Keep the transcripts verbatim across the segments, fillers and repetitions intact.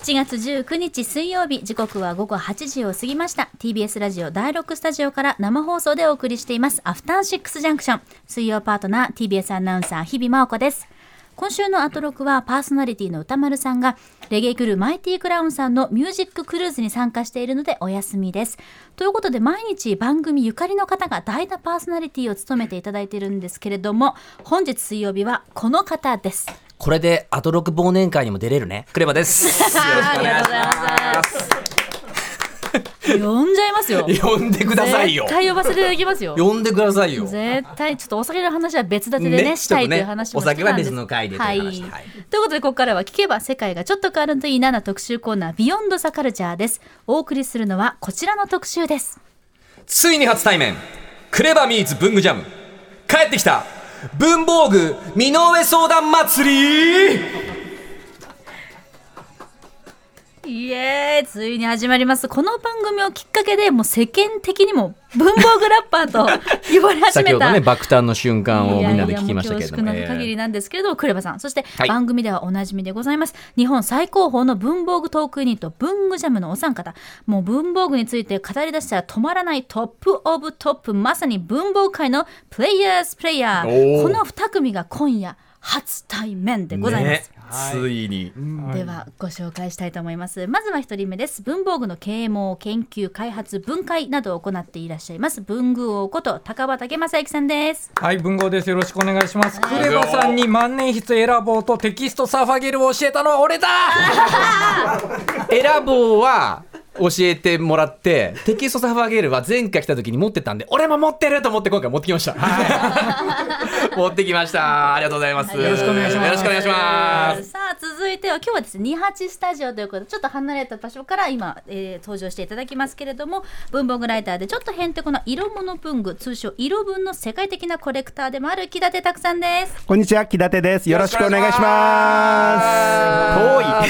しちがつじゅうくにち水曜日、時刻はごごはちじを過ぎました。 ティービーエス ラジオだいろくスタジオから生放送でお送りしていますアフターシックスジャンクション。水曜パートナー ティービーエス アナウンサー日々真央子です。今週のアトロクはパーソナリティの歌丸さんがレゲエクルーマイティクラウンさんのミュージッククルーズに参加しているのでお休みです。ということで毎日番組ゆかりの方が代打パーソナリティを務めていただいているんですけれども、本日水曜日はこの方です。 これでアトロク忘年会にも出れるね。クレバです。よろしくお願いします。 呼んじゃいますよ。 呼んでくださいよ。 絶対呼ばせていただきますよ。 呼んでくださいよ。 絶対ちょっとお酒の話は別立てで ね, ねしたいという話もしてたんです。 お酒は別の回でという話、 はいはい、ということでここからは聞けば世界がちょっと変わるといいなな特集コーナービヨンドザカルチャーです。お送りするのはこちらの特集です。 ついに初対面、クレバミーツ文具ジャム、帰ってきた文房具身の上相談祭り。 イエーイ、ついに始まります。この番組をきっかけでもう世間的にも文房具ラッパーと呼ばれ始めた先ほどね爆誕の瞬間をみんなで聞きましたけれども、 いやいやもう恐縮な限りなんですけれども、クレバさん、そしてはい、 番組ではおなじみでございます、日本最高峰の文房具トークユニット文具ジャムのお三方、もう文房具について語り出したら止まらないトップオブトップ、まさに文房具界のプレイヤーズプレイヤー、このに組が今夜初対面でございます、ね、 ついに、 はい、ではご紹介したいと思います。まずはひとりめです。文房具の啓蒙、研究、開発、分解などを行っていらっしゃいます文具王こと高場武正幸さんです。 はい、文豪です。よろしくお願いします。クレバさんに万年筆選ぼうとテキストサーファゲルを教えたのは俺だ選ぼうは教えてもらって、テキストサーファーゲールは前回来た時に持ってたんで俺も持ってると思って今回持ってきました、はい、持ってきました。ありがとうございます、 よろしくお願いします。 よろしくお願いします。 さあ続いては今日はですねにじゅうはちスタジオということでちょっと離れた場所から今、えー、登場していただきますけれども、文房具ライターでちょっとへんてこな色物文具、通称色文の世界的なコレクターでもある木立拓さんです。 こんにちは、木立です。よろしくお願いします。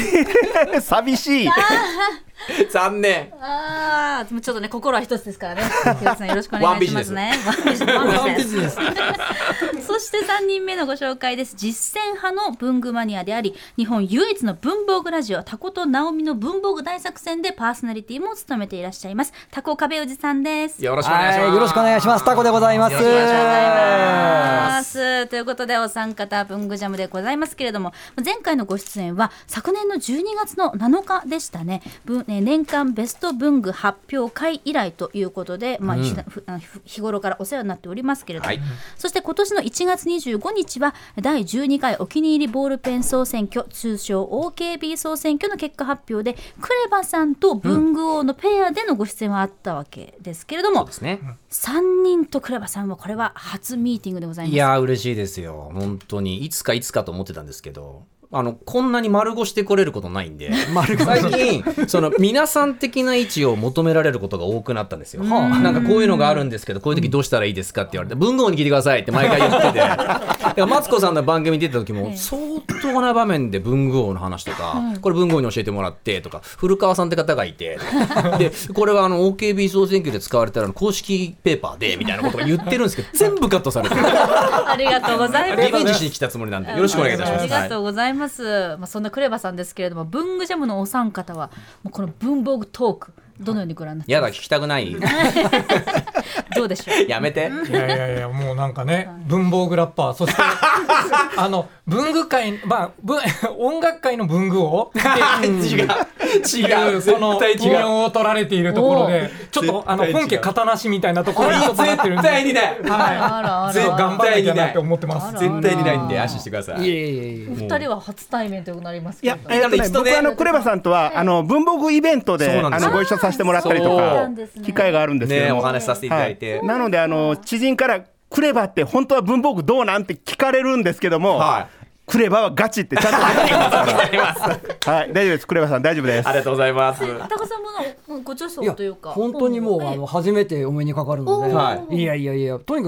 遠い寂しい残念。 あちょっとね心は一つですからね。木立さんよろしくお願いしますね。ワンビジネスそしてさんにんめのご紹介です。実践派の文具マニアであり日本唯一の文房具ラジオタコとナオミの文房具大作戦でパーソナリティも務めていらっしゃいますタコ壁おじさんです。 よろしくお願いします。 よろしくお願いします。タコでございます。 よろしくお願いしますということでお三方文具ジャムでございますけれども、前回のご出演は昨年のじゅうにがつのなのかでしたね。年間ベスト文具発表会以来ということで、まあうん、日頃からお世話になっておりますけれども、はい、そして今年のいちがつにじゅうごにちはだいじゅうにかいお気に入りボールペン総選挙、通称 オーケービー 総選挙の結果発表でクレバさんと文具王のペアでのご出演はあったわけですけれども、 そうですね、 さんにんとクレバさんはこれは初ミーティングでございます。 いや嬉しいですよ。本当にいつかいつかと思ってたんですけど、あのこんなに丸ごしてこれることないんで最近その皆さん的な位置を求められることが多くなったんですよ。なんかこういうのがあるんですけどこういう時どうしたらいいですかって言われて、文豪に聞いてくださいって毎回言っててだからマツコさんの番組に出た時も相当な場面で文具王の話とか、これ文豪に教えてもらってとか、古川さんって方がいてでこれはあの オーケービー 総選挙で使われたら公式ペーパーでみたいなことを言ってるんですけど全部カットされてるありがとうございます。 リベンジしに来たつもりなんでよろしくお願いいたします。 ありがとうございます。まあ、そんなクレバさんですけれども、文具ジャムのお三方はもうこの文房具トークどのようにご覧になってますか？ やだ聞きたくないどうでしょう。 やめて。 いやいやいやもうなんかね、文房具ラッパー、そしてあの文具界、まあ文音楽界の文具王違う違うその異名を取られているところでちょっとあの本家型なしみたいなところにちょっとなってるんで、 絶対にない、 はい、絶対頑張らなきゃなって思ってます。 絶対にないんで安心してください。 いやいやいやお二人は初対面ということになりますけど、 いや、えーとね、僕はあのクレバさんとはあの文房具イベントであのご一緒させてもらったりとか機会があるんですけど、 ね、お話しさせていただいて、 はい、なのであの知人からクレバって本当は文房具どうなんって聞かれるんですけども、はい、クレバはガチってちゃんと出てますはい、大丈夫です。クレバさん大丈夫です。 ありがとうございます。 高さんもご著書というか、 本当にもうあの初めてお目にかかるので、はい、いやいやいやとにかく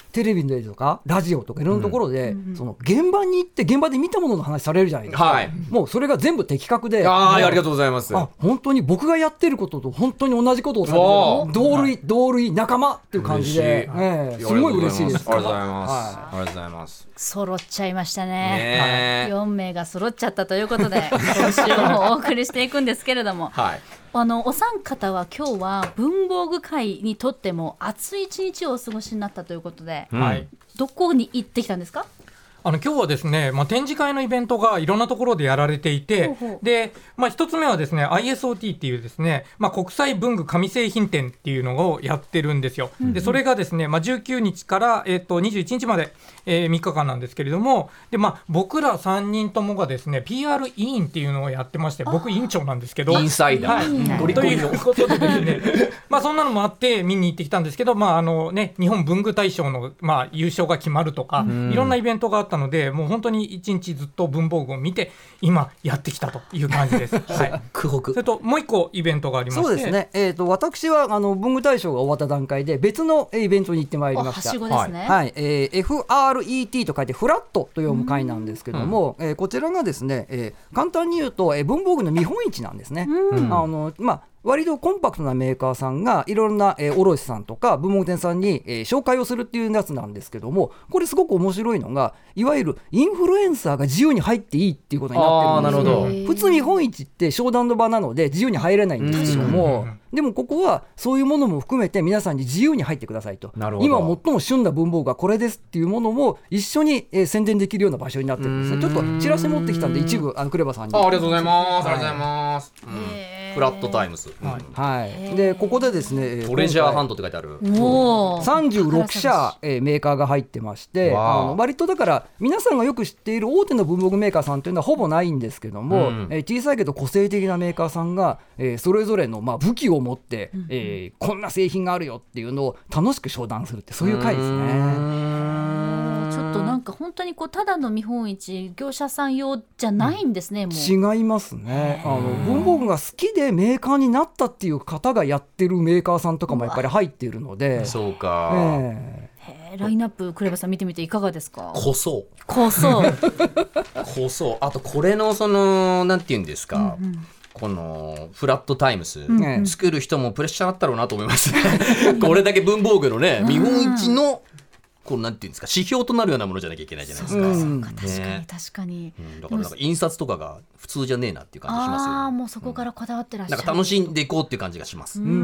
テレビでとかラジオとかいろんなところで、うん、その現場に行って現場で見たものの話されるじゃないですか、はい、もうそれが全部的確で、 あ, ありがとうございます。 あ本当に僕がやってることと本当に同じことをされてる同類同類仲間っていう感じで、えー、すごい嬉しいです。 ありがとうございます、はい、ありがとうございます。 揃っちゃいました ね, ねよんめいが揃っちゃったということで今週もお送りしていくんですけれども、はい、あのお三方は今日は文房具界にとっても熱い一日をお過ごしになったということで、はい、どこに行ってきたんですか？ あの今日はですね、まあ、展示会のイベントがいろんなところでやられていて、ほうほうで、まあ、一つ目はですね アイエスオーティー っていうですね、まあ、国際文具紙製品展っていうのをやってるんですよ、うんうん、でそれがですね、まあ、じゅうくにちから、えー、とにじゅういちにちまで、えー、みっかかんなんですけれども、で、まあ、僕らさんにんともがですね ピーアール 委員っていうのをやってまして、僕委員長なんですけど、 インサイダー、 はい、ということでですねまあそんなのもあって見に行ってきたんですけど、まああのね、日本文具大賞の、まあ、優勝が決まるとか、うん、いろんなイベントがあったので、もう本当に一日ずっと文房具を見て今やってきたという感じです。はい、それともう一個イベントがありまして、 そうですね、えー、と私はあの文具大賞が終わった段階で別のイベントに行ってまいりました。 はしごですね、 はい、えー、エフアールイーティー と書いてフラットと読む会なんですけども、えー、こちらがですね、えー、簡単に言うと、えー、文房具の見本市なんですね。あの、まあ割とコンパクトなメーカーさんがいろんな、えー、卸さんとか文房具店さんに、えー、紹介をするっていうやつなんですけども、これすごく面白いのが、いわゆるインフルエンサーが自由に入っていいっていうことになってるんですよ。なるほど。普通見本市って商談の場なので自由に入れないんですけども、でもここはそういうものも含めて皆さんに自由に入ってくださいと、今最も旬な文房具がこれですっていうものも一緒に、えー、宣伝できるような場所になってるんですね。ちょっとチラシ持ってきたんで一部あのクレバさんにあ, ありがとうございます、はい、ありがとうございます、うん、フラットタイムス、 はいはい、でここでですねトレジャーハントって書いてあるさんじゅうろくしゃ、えー、メーカーが入ってまして、あの割とだから皆さんがよく知っている大手の文房具メーカーさんというのはほぼないんですけども、うんえー、小さいけど個性的なメーカーさんが、えー、それぞれの、まあ、武器を持って、うんえー、こんな製品があるよっていうのを楽しく商談するって、そういう回ですね。 ちょっとなんか本当にこうただの見本市業者さん用じゃないんですね、うん、 もう違いますね。あの文房具が好きでメーカーになったっていう方がやってるメーカーさんとかもやっぱり入っているので、 そうか、 えー、ラインナップクレバさん見てみていかがですか？ 濃そう濃そう濃そう。あとこれのそのなんていうんですか、うんうんこのフラットタイムス、うん、作る人もプレッシャーあったろうなと思いますこれだけ文房具のね見本市のこうなんていうんですか指標となるようなものじゃなきゃいけないじゃないですか。 そうか、確かに確かに、 うん、だからなんか印刷とかが普通じゃねえなっていう感じしますよね。 ああもうそこからこだわってらっしゃる、 うん、なんか楽しんでいこうっていう感じがします。うんうん、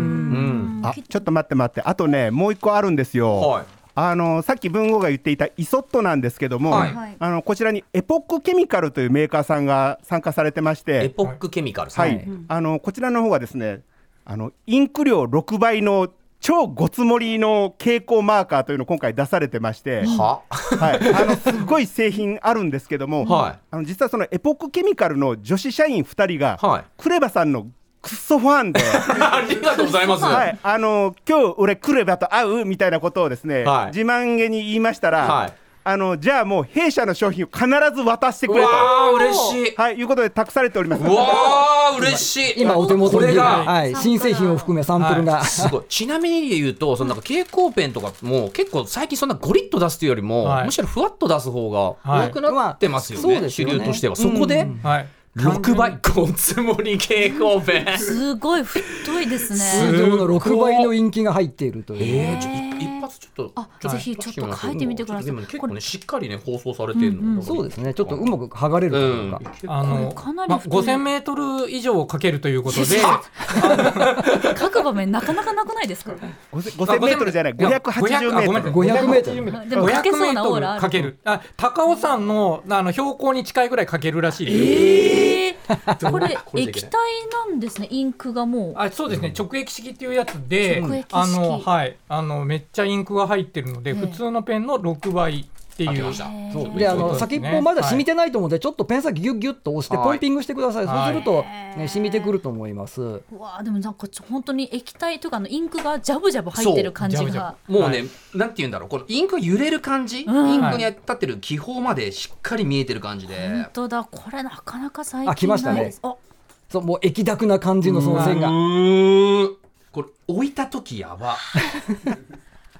あちょっと待って待って、あとねもう一個あるんですよ、はい、あのさっき文豪が言っていたイソットなんですけども、はい、あのこちらにエポックケミカルというメーカーさんが参加されてまして、 エポックケミカルさん、 はい、あのこちらの方がですね、あのインク量ろくばいの超ごつ盛りの蛍光マーカーというのを今回出されてまして、ははい、あのすごい製品あるんですけども、はい、あの実はそのエポックケミカルの女子社員ふたりが、はい、クレバさんのクソファンでありがとうございます、 はい、あの今日俺クレバと会うみたいなことをですね、はい、自慢げに言いましたら、はい、あのじゃあもう弊社の商品を必ず渡してくれと、 わー嬉しい、 はい、いうことで託されております。 うわー嬉しい。 今お手元に、はい、新製品を含めサンプルが、はい、 すごい。ちなみにで言うとそのなんか蛍光ペンとかも結構最近そんなゴリッと出すというよりも、はい、むしろふわっと出す方が多くなってますよね、はい、主流としては。そこで、うんはいろくばいごつ盛り蛍光ペンすごい太いですね。 通常のろくばいのインキが入っているという、 えー、ちょ一発ちょっとあぜひちょっと書いてみてください。 結構ねしっかりね包装されているの、うんうん、 そうですね、ちょっとうまく剥がれるというか、 うん、あのかなり、ま、ごせんメートル以上かけるということで書く場面なかなかなくないですか？ ごせんメートルじゃないごひゃくはちじゅうメートルごひゃくメートルでも書けそうなオーラあるかける。あ高尾山 の, あの標高に近いぐらいかけるらしいです。 えーこれ液体なんですね、インクがもう。 あそうですね、直液式っていうやつで、あの、はい、あのめっちゃインクが入ってるので普通のペンのろくばいっていう。 そうであの先っぽまだ染みてないと思うので、はい、ちょっとペン先ギュッギュッと押してポンピングしてください、はい、そうすると、ね、染みてくると思います。うわでもなんか本当に液体とかのインクがジャブジャブ入ってる感じが、ジャブジャブもうね、はい、なんていうんだろう、このインクが揺れる感じ、うん、インクに立ってる気泡までしっかり見えてる感じで、 本当だ、これなかなか最近ない。 あ来ましたね。あそうもう液だくな感じのその線が、 うーんこれ置いた時やば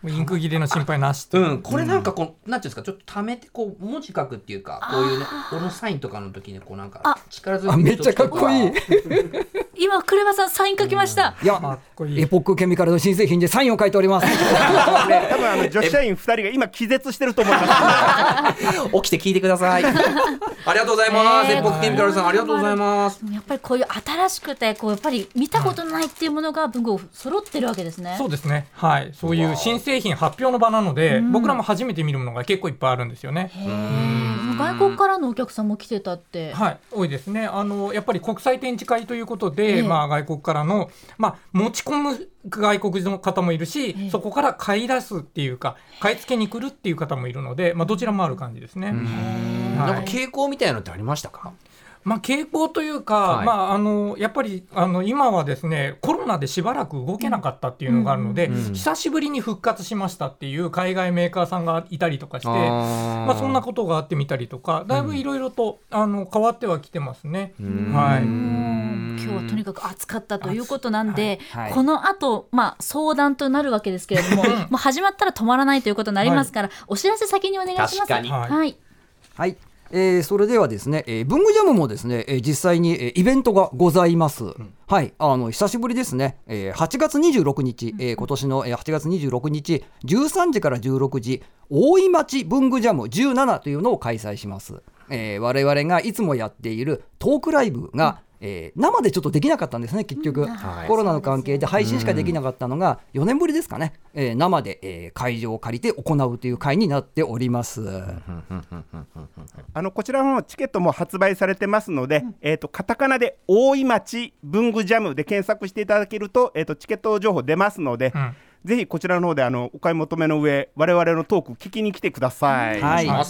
インク切れの心配なし。 うん、これなんかこう、なんていうんですか、ちょっと溜めてこう文字書くっていうか、こういうね、このサインとかの時にこうなんか力強い。 あ、めっちゃかっこいい。 今クレバさんサイン書きました。 いや、 かっこいい。 エポックケミカルの新製品でサインを書いております。 多分あの女子社員ふたりが今気絶してると思います。 起きて聞いてください。ありがとうございます。エポックケミカルさん、ありがとうございます。 やっぱりこういう新しくてこうやっぱり見たことないっていうものが文具揃ってるわけですね。 そうですね。はい。そういう新製品発表の場なので、僕らも初めて見るものが結構いっぱいあるんですよね。 外国からのお客さんも来てたって。 はい、多いですね。あのやっぱり国際展示会ということで、 ええ、 まあ外国からのまあ持ち込む外国人の方もいるし、ええ、そこから買い出すっていうか買い付けに来るっていう方もいるので、まあどちらもある感じですね。 はい、なんか傾向みたいなのってありましたか？ まあ、傾向というか、 はい、 まあ、あのやっぱりあの今はですねコロナでしばらく動けなかったっていうのがあるので、うんうん、久しぶりに復活しましたっていう海外メーカーさんがいたりとかして、あ、まあ、そんなことがあってみたりとかだいぶいろいろと、うん、あの変わってはきてますね。はい、 今日はとにかく暑かったということなんで、 はいはい、 この後、まあ相談となるわけですけれどももう始まったら止まらないということになりますから、はい、お知らせ先にお願いします。 確かに、 はい、 はい、えー、それではですね、えー、文具ジャムもですね、えー、実際に、えー、イベントがございます。うん、はい、あの久しぶりですね。えー、はちがつにじゅうろくにち、えー、今年のはちがつにじゅうろくにちじゅうさんじからじゅうろくじ大井町文具ジャムじゅうななというのを開催します。えー、我々がいつもやっているトークライブが、うん、えー、生でちょっとできなかったんですね。結局、うん、はい、コロナの関係で配信しかできなかったのがよねんぶりですかね、えー、生で、えー、会場を借りて行うという会になっております。 あのこちらのチケットも発売されてますので、うん、えーとカタカナで大井町文具ジャムで検索していただけると、えーとチケット情報出ますので、うん、ぜひこちらの方であのお買い求めの上我々のトーク聞きに来てください。 はい、 はい、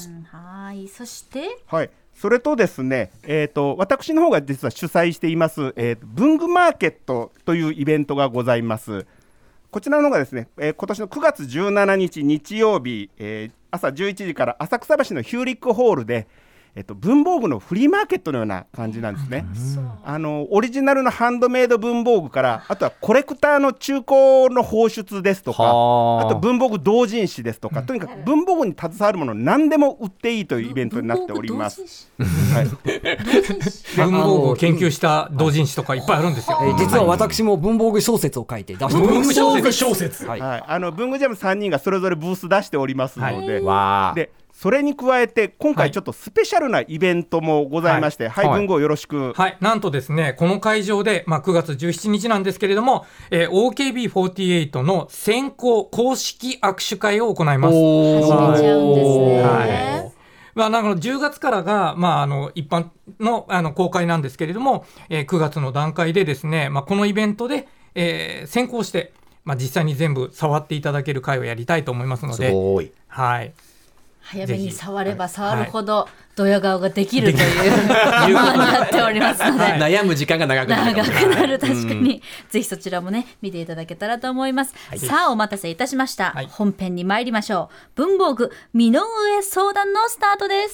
そしてはいそれとですね、えーと私の方が実は主催しています、えーと文具マーケットというイベントがございます。こちらの方がですね、えー、今年のくがつじゅうしちにち日曜日、えー、朝じゅういちじから浅草橋のヒューリックホールで、えっと、文房具のフリーマーケットのような感じなんですね。あのオリジナルのハンドメイド文房具から、あとはコレクターの中古の放出ですとか、あと文房具同人誌ですとか、とにかく文房具に携わるもの何でも売っていいというイベントになっております。はい、 文房具を研究した同人誌とかいっぱいあるんですよ。 えー、実は私も文房具小説を書いて出して文具小説小説、 はいはい、あの文具ジャムさんにんがそれぞれブース出しておりますので、 はい、 でそれに加えて今回ちょっとスペシャルなイベントもございまして、はい、はいはい、文具をよろしく。 はい、なんとですねこの会場で、まあ、くがつじゅうしちにちなんですけれども、えー、オーケービーフォーティーエイト の先行公式握手会を行います。 始めちゃうんですね。 はい、まあ、なんかじゅうがつからが、まあ、あの一般 の, あの公開なんですけれども、えー、くがつの段階でですね、まあ、このイベントで、えー、先行して、まあ、実際に全部触っていただける会をやりたいと思いますので、 すごい、 はい、 早めに触れば触るほどドヤ顔ができるというものになっておりますので、 はい、悩む時間が長くなる長くなる、確かに、うん、ぜひそちらもね見ていただけたらと思います。はい、さあお待たせいたしました、はい、本編に参りましょう。文房具身の上相談のスタートです。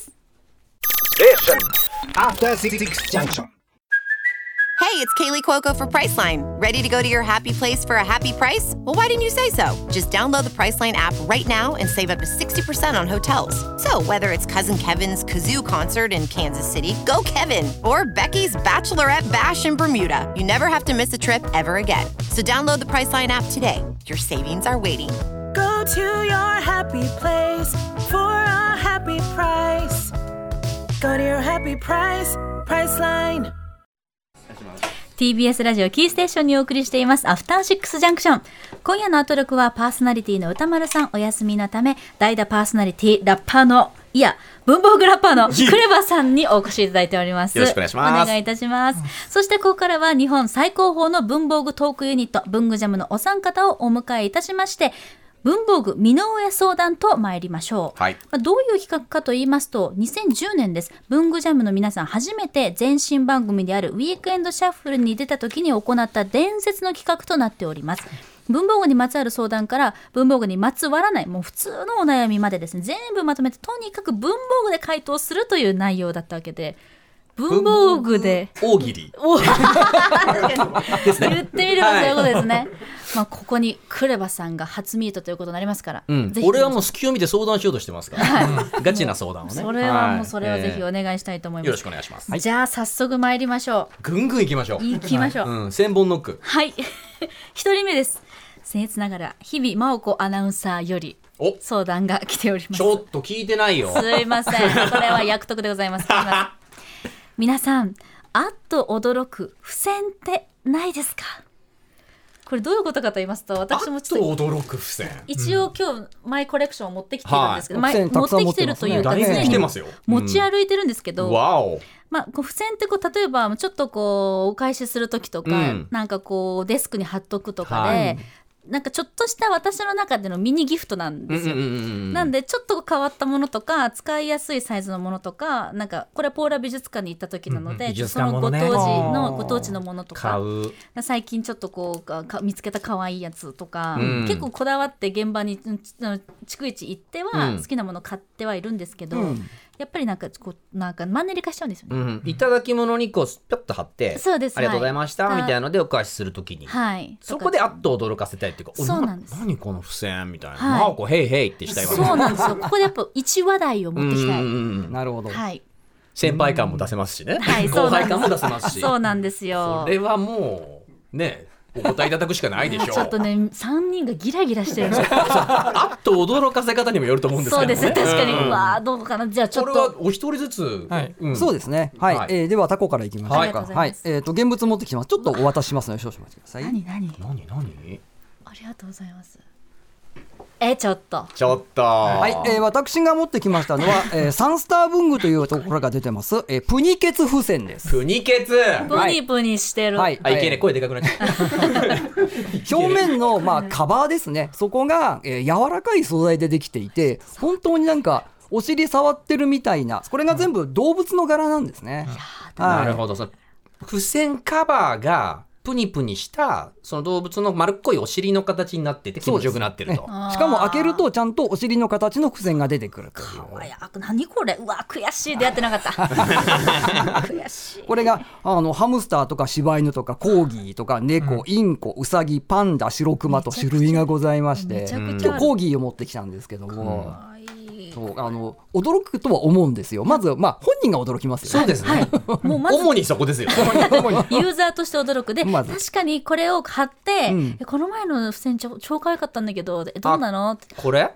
Hey, it's Kaylee Cuoco for Priceline. Ready to go to your happy place for a happy price? Well, why didn't you say so? Just download the Priceline app right now and save up to sixty percent on hotels. So whether it's Cousin Kevin's Kazoo Concert in Kansas City, go Kevin, or Becky's Bachelorette Bash in Bermuda, you never have to miss a trip ever again. So download the Priceline app today. Your savings are waiting. Go to your happy place for a happy price. Go to your happy price, Priceline. ティービーエス ラジオキーステーションにお送りしていますアフターシックスジャンクション。今夜のアトロクはパーソナリティの歌丸さんお休みのため、代打パーソナリティラッパーのいや文房具ラッパーのクレバさんにお越しいただいております。 よろしくお願いします。 お願いいたします。そしてここからは日本最高峰の文房具トークユニット文具ジャムのお三方をお迎えいたしまして、文房具身の上相談と参りましょう。はい、まあ、どういう企画かと言いますと、にせんじゅうねんです。文具ジャムの皆さん初めて前身番組であるウィークエンドシャッフルに出た時に行った伝説の企画となっております。文房具にまつわる相談から文房具にまつわらないもう普通のお悩みまでですね、全部まとめてとにかく文房具で回答するという内容だったわけで、文房具で大喜利言ってみればそういうことですね。 まあ、ここにクレバさんが初ミートということになりますから、 うん、 ぜひ俺はもう隙を見て相談しようとしてますから、はい、ガチな相談をね。 それはもうそれはぜひお願いしたいと思います、 よろしくお願いします。 じゃあ早速参りましょう。 ぐんぐんいきましょう。 いきましょう、 うん、千本ノック。 はい一人目です。僭越ながら日々真央子アナウンサーより相談が来ております。 ちょっと聞いてないよ。 すいません、これは約束でございます。皆さん、あっと驚く付箋ってないですか？これどういうことかと言いますと、私もちょっと驚く付箋、 一応今日マイコレクションを持ってきてるんですけど、 はい、 持ってきてるというか常に持ち歩いてるんですけど、 うん、わお、 まあ、こう付箋ってこう例えばちょっとこうお返しする時とか、うん、なんかこうデスクに貼っとくとかで、はい、なんかちょっとした私の中でのミニギフトなんですよ、うんうんうんうん、なんでちょっと変わったものとか使いやすいサイズのものとか、なんかこれはポーラ美術館に行った時なので、うんうん、そのご当地のご当地のものとか最近ちょっとこうか見つけた可愛いやつとか、うん、結構こだわって現場に逐一行っては好きなもの買ってはいるんですけど、うん、やっぱりなんかこうなんかマンネリ化しちゃうんですよね、うん、 いただき物にこうピョッと貼って、 そうです、 ありがとうございました、はい、みたいなのでお返しするときに、はい、そこであっと驚かせたいっていうか、 そうなんです。 何この付箋みたいな、はい、こうヘイヘイってしたいわけ。 そうなんですよ。ここでやっぱ一話題を持ってきたい。 なるほど、 はい、 先輩感も出せますしね、 はい、 後輩感も出せますし、 そうなんですよ。 これはもうねお答えいただくしかないでしょう。 ちょっとねさんにんがギラギラしてるんですよあっと驚かせ方にもよると思うんですけどね。 そうですね、確かに、うん、うわどうかな。じゃあちょっとこれはお一人ずつ、 はいうん、そうですね、はいはい、えー、ではタコからいきましょうか。はい、はい、えー、と現物持ってきてます。ちょっとお渡ししますので少々お待ちください。 何何何何ありがとうございます。えちょっとちょっとはい、えー、私が持ってきましたのは、えー、サンスター文具というところが出てます、えー、プニケツ付箋です。 プニケツプニプニしてる、 はい、はい、あいけね声でかくなっちゃう表面の、まあ、カバーですね、そこが、えー、柔らかい素材でできていて、本当になんかお尻触ってるみたいな、これが全部動物の柄なんですね、 うん、はい、なるほど。その付箋カバーがプニプニしたその動物の丸っこいお尻の形になってて気持ちよくなってると。 しかも開けるとちゃんとお尻の形の付箋が出てくるという。 かわやく何これ、うわ悔しい、出会ってなかった悔しい。 これがあのハムスターとか柴犬とかコーギーとか猫、うん、インコ、ウサギ、パンダ、白クマと種類がございまして、今日コーギーを持ってきたんですけども、うん、そうあの驚くとは思うんですよ。まず、まあ、本人が驚きますよね。 そうですね、はい、もうまず主にそこですよユーザーとして驚くで、ま、確かにこれを貼って、うん、この前の付箋超超可愛かったんだけどどうなのってこれ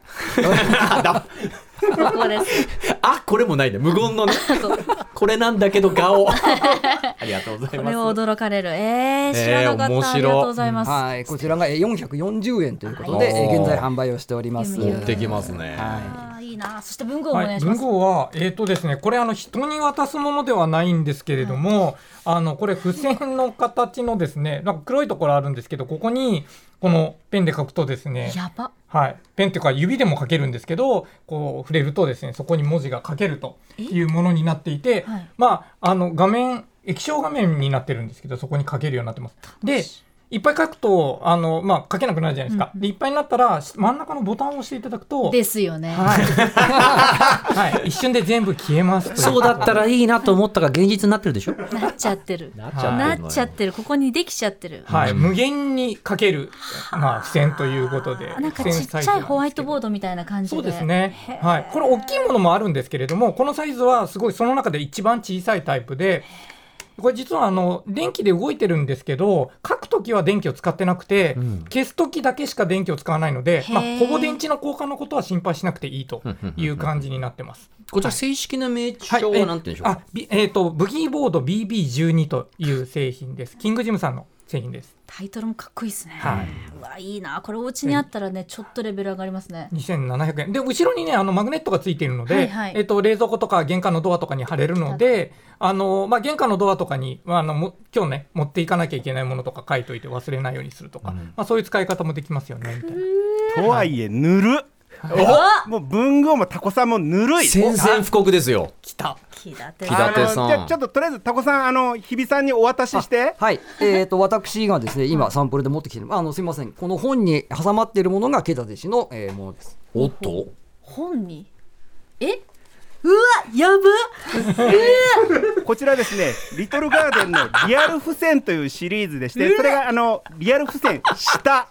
ここですあこれもないね、無言のねこれなんだけど顔ありがとうございます。 これを驚かれる、えー、知らなかった、えー、ありがとうございます、 はい、こちらがよんひゃくよんじゅうえんということで、えー、現在販売をしております。 持ってきますね、 はい、いいな。そして文豪をお願いします。 はい、文豪は、えーとですね、これあの人に渡すものではないんですけれども、はい、あのこれ付箋の形のですね、なんか黒いところあるんですけど、ここにこのペンで書くとですね、 やば、 はい、ペンっていうか指でも書けるんですけど、こう触れるとですね、そこに文字が書けるというものになっていて、はい、まああの画面液晶画面になってるんですけど、そこに書けるようになってます。でいっぱい書くとあの、まあ、書けなくなるじゃないですか、うん、でいっぱいになったら真ん中のボタンを押していただくとですよね、 はいはい、一瞬で全部消えますと。 そうだったらいいなと思ったが現実になってるでしょ。 なっちゃってるなっちゃってる、はい、なっちゃってる、ここにできちゃってる、 はい、無限に書ける、まあ、付箋ということで、 なんかちっちゃいホワイトボードみたいな感じで。 そうですね、はい、これ大きいものもあるんですけれども、このサイズはすごいその中で一番小さいタイプで、これ実はあの電気で動いてるんですけど、書くときは電気を使ってなくて、うん、消すときだけしか電気を使わないので、まあ、ほぼ電池の交換のことは心配しなくていいという感じになってます。 こちら正式な名称は何て言うんでしょうか。 はい、あ、えーと、ブギーボード ビービーじゅうに という製品です。キングジムさんの製品です。 タイトルもかっこいいですね、 はい、 うわいいな。これお家にあったらね、ちょっとレベル上がりますね。 にせんななひゃくえんで、後ろにねあのマグネットがついているので、はいはい、えーと、冷蔵庫とか玄関のドアとかに貼れるので、あの、まあ、玄関のドアとかに、まあ、あのも今日ね持っていかなきゃいけないものとか書いといて忘れないようにするとか、うんまあ、そういう使い方もできますよねみたいな。 とはいえぬるもう文豪もタコさんもぬるい。 宣戦布告ですよ。 きた木立木立さん。 じゃあちょっととりあえずタコさん、あの日比さんにお渡しして。 はい、えーと私がですね今サンプルで持ってきてる、あのすみません、この本に挟まっているものが木立氏の、えー、ものです。 おっと本にえうわやばこちらですね、リトルガーデンのリアル付箋というシリーズでして、それがあのリアル付箋下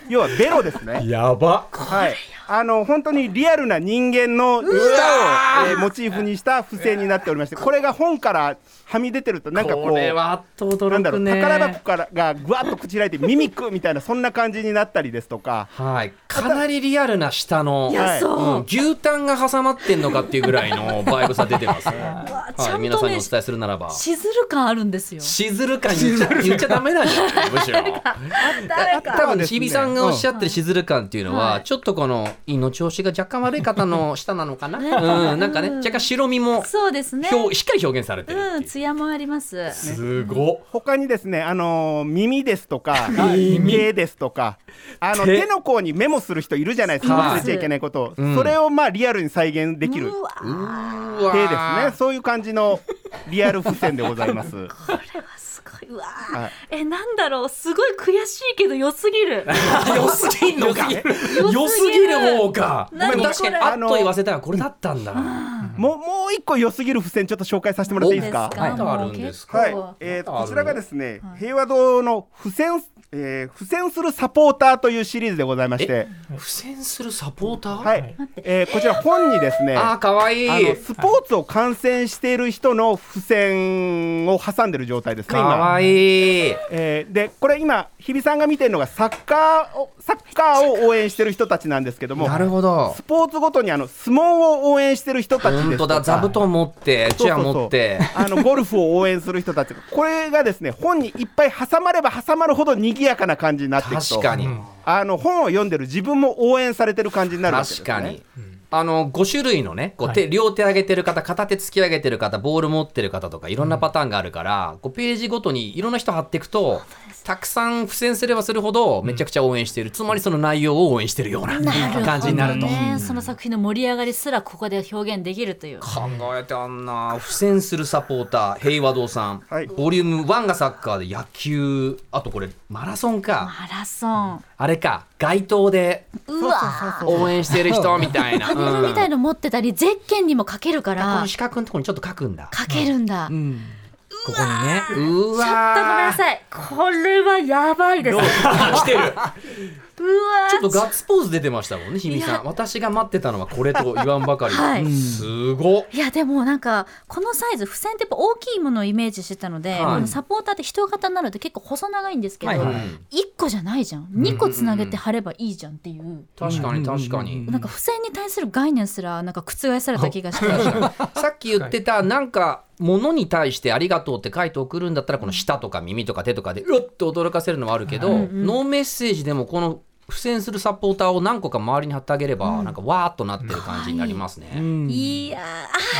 要はベロですね。 やば。 はい、あの本当にリアルな人間の舌を、えーモチーフにした付箋になっておりまして、これが本からはみ出てるとなんかこうこれは驚くね。 なんだろう、宝箱からがぐわっと口開いてミミックみたいなそんな感じになったりですとか、 はい、かなりリアルな舌の、 はいうん、牛タンが挟まってんのかっていうぐらいのバイブさ出てますね。はい、皆さんにお伝えするならばしずる感あるんですよ。 しずる感言っちゃ言っちゃダメなんじゃないむしろ誰か多分日比さんがおっしゃってるしずる感っていうのは、 はいちょっとこの胃の調子が若干悪い方の舌なのかな、うん、なんかね若干白身もそうですね。 表しっかり表現されてるっていう、 うん、艶もあります。 すごっ。 他にですね、あのー耳ですとか毛ですとか、あの手手の甲にメモする人いるじゃないですか、 はい忘れちゃいけないことを、 うんそれをまあリアルに再現できるうわうーーわ手ですね。そういう感じのリアル付箋でございますこれはすごい。うわー、 はいえ、なんだろう、すごい悔しいけど良すぎる。 良すぎんのか良すぎる方か。ごめん何確かにこれあっと言わせたらこれだったんだ。 もうもう一個良すぎる付箋ちょっと紹介させてもらっていいですか。 はいまだあるんですかはい、えーとこちらがですね、平和堂の付箋、えー、付箋するサポーターというシリーズでございまして、 付箋するサポーター、 はい、えーこちら本にですね、 あーかわいい。 あのスポーツを観戦している人の付箋を挟んでる状態ですねか今。 わいい。 えーでこれ今日比さんが見てるのがサッカーをサッカーを応援してる人たちなんですけども、 なるほど。 スポーツごとにあの相撲を応援してる人たちですとか、 本当だ、座布団持ってチェア持って、 あのゴルフを応援する人たち、これがですね本にいっぱい挟まれば挟まるほど賑やかな感じになっていくと、 確かに、 あの本を読んでる自分も応援されてる感じになるわけですね。 確かに。あのご種類のね、こう手、両手上げてる方、片手突き上げてる方、ボール持ってる方とかいろんなパターンがあるから、こうページごとにいろんな人貼っていくとたくさん付箋すればするほどめちゃくちゃ応援している、つまりその内容を応援しているような感じになると。 ね、その作品の盛り上がりすらここで表現できるという。 考えてあんな付箋するサポーター平和堂さん、 はいボリュームワンがサッカーで野球、あとこれマラソンか、 マラソン。 あれか街頭でうわ応援してる人みたいな、 パネルみたいの持ってたり、ゼッケンにも書けるかこらの四角のところにちょっと書くんだ。 書けるんだ。 うんここにね。うちょっとごめんなわさい。これはやばいです。うわー来てる。 ーちょっとガッツポーズ出てましたもんね、日比さん。私が待ってたのはこれと言わんばかり。 はいすごっ。 いやでもなんかこのサイズ、付箋ってやっぱ大きいものをイメージしてたので、 はいこのサポーターって人型になると結構細長いんですけど、 はいはいいっこじゃないじゃん、にこつなげて貼ればいいじゃんっていう、 確かに確かに。 なんか付箋に対する概念すらなんか覆された気がしてさっき言ってたなんか物に対してありがとうって書いて送るんだったら、この舌とか耳とか手とかでうっと驚かせるのはあるけど、ノーメッセージでもこの付箋するサポーターを何個か周りに貼ってあげれば、なんかわーっとなってる感じになりますね。 いや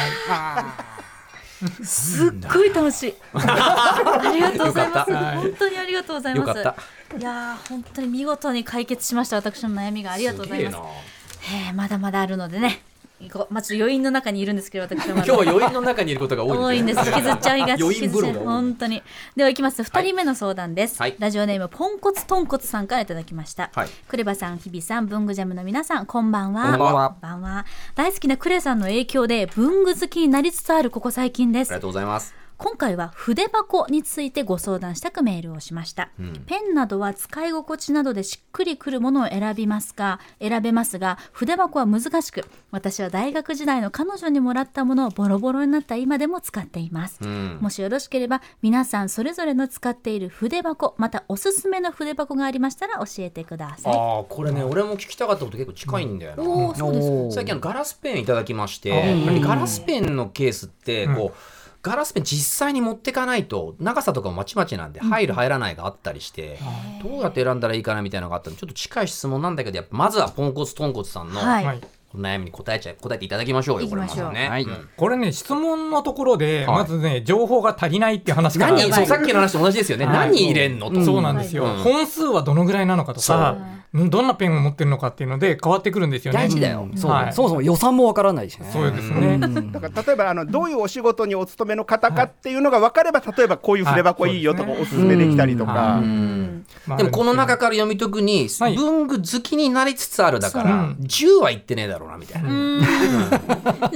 ーすっごい楽しいありがとうございます。 よか本当にありがとうございます。 よかった。 いやー本当に見事に解決しました、私の悩みが。ありがとうございます。 すげえな。 えーまだまだあるのでね、行こう。まあ、ちょっと余韻の中にいるんですけど、私はまだ今日は余韻の中にいることが多い多いんです。引きずっちゃいがち。 余韻風呂が多い引きずっちゃう本当に。では行きます。二人目の相談です。 はいラジオネームポンコツトンコツさんからいただきました。 はいクレバさん、日比さん、文具ジャムの皆さん、こんばんは。 こんばんはこんばんは。大好きなクレさんの影響で文具好きになりつつあるここ最近ですありが。とうございます。 今回は筆箱についてご相談したくメールをしました、ペンなどは使い心地などでしっくりくるものを選びますが選べますが筆箱は難しく、私は大学時代の彼女にもらったものをボロボロになった今でも使っています、 んもしよろしければ皆さんそれぞれの使っている筆箱、またおすすめの筆箱がありましたら教えてください。 ああこれね、俺も聞きたかったこと結構近いんだよな。 おーそうですか。 おー最近あのガラスペンいただきまして、ガラスペンのケースってこう、ガラスペン実際に持ってかないと長さとかもまちまちなんで入る入らないがあったりして、どうやって選んだらいいかなみたいなのがあったので、ちょっと近い質問なんだけど、やっぱまずはポンコツトンコツさんのはい、 はい悩みに答えちゃ答えていただきましょうよ。 行きましょうこれまずね、 はいうんこれね、質問のところで、 はいまずね、情報が足りないっていう話から何そうさっきの話と同じですよね、 はい何入れんのと、 そうなんですよ、 うん本数はどのぐらいなのかとか、うんどんなペンを持ってるのかっていうので変わってくるんですよね。 大事だよ、 そうはいそもそも予算もわからないしね。 そうですね。 だから例えばあのどういうお仕事にお勤めの方かっていうのが分かれば、例えばこういう筆箱いいよとかはいおすすめできたりとか、 うんまあでもこの中から読み解くに、 はい文具好きになりつつあるだから、 そうじゅうはいってねえだろうなみたいな、 うんなるほど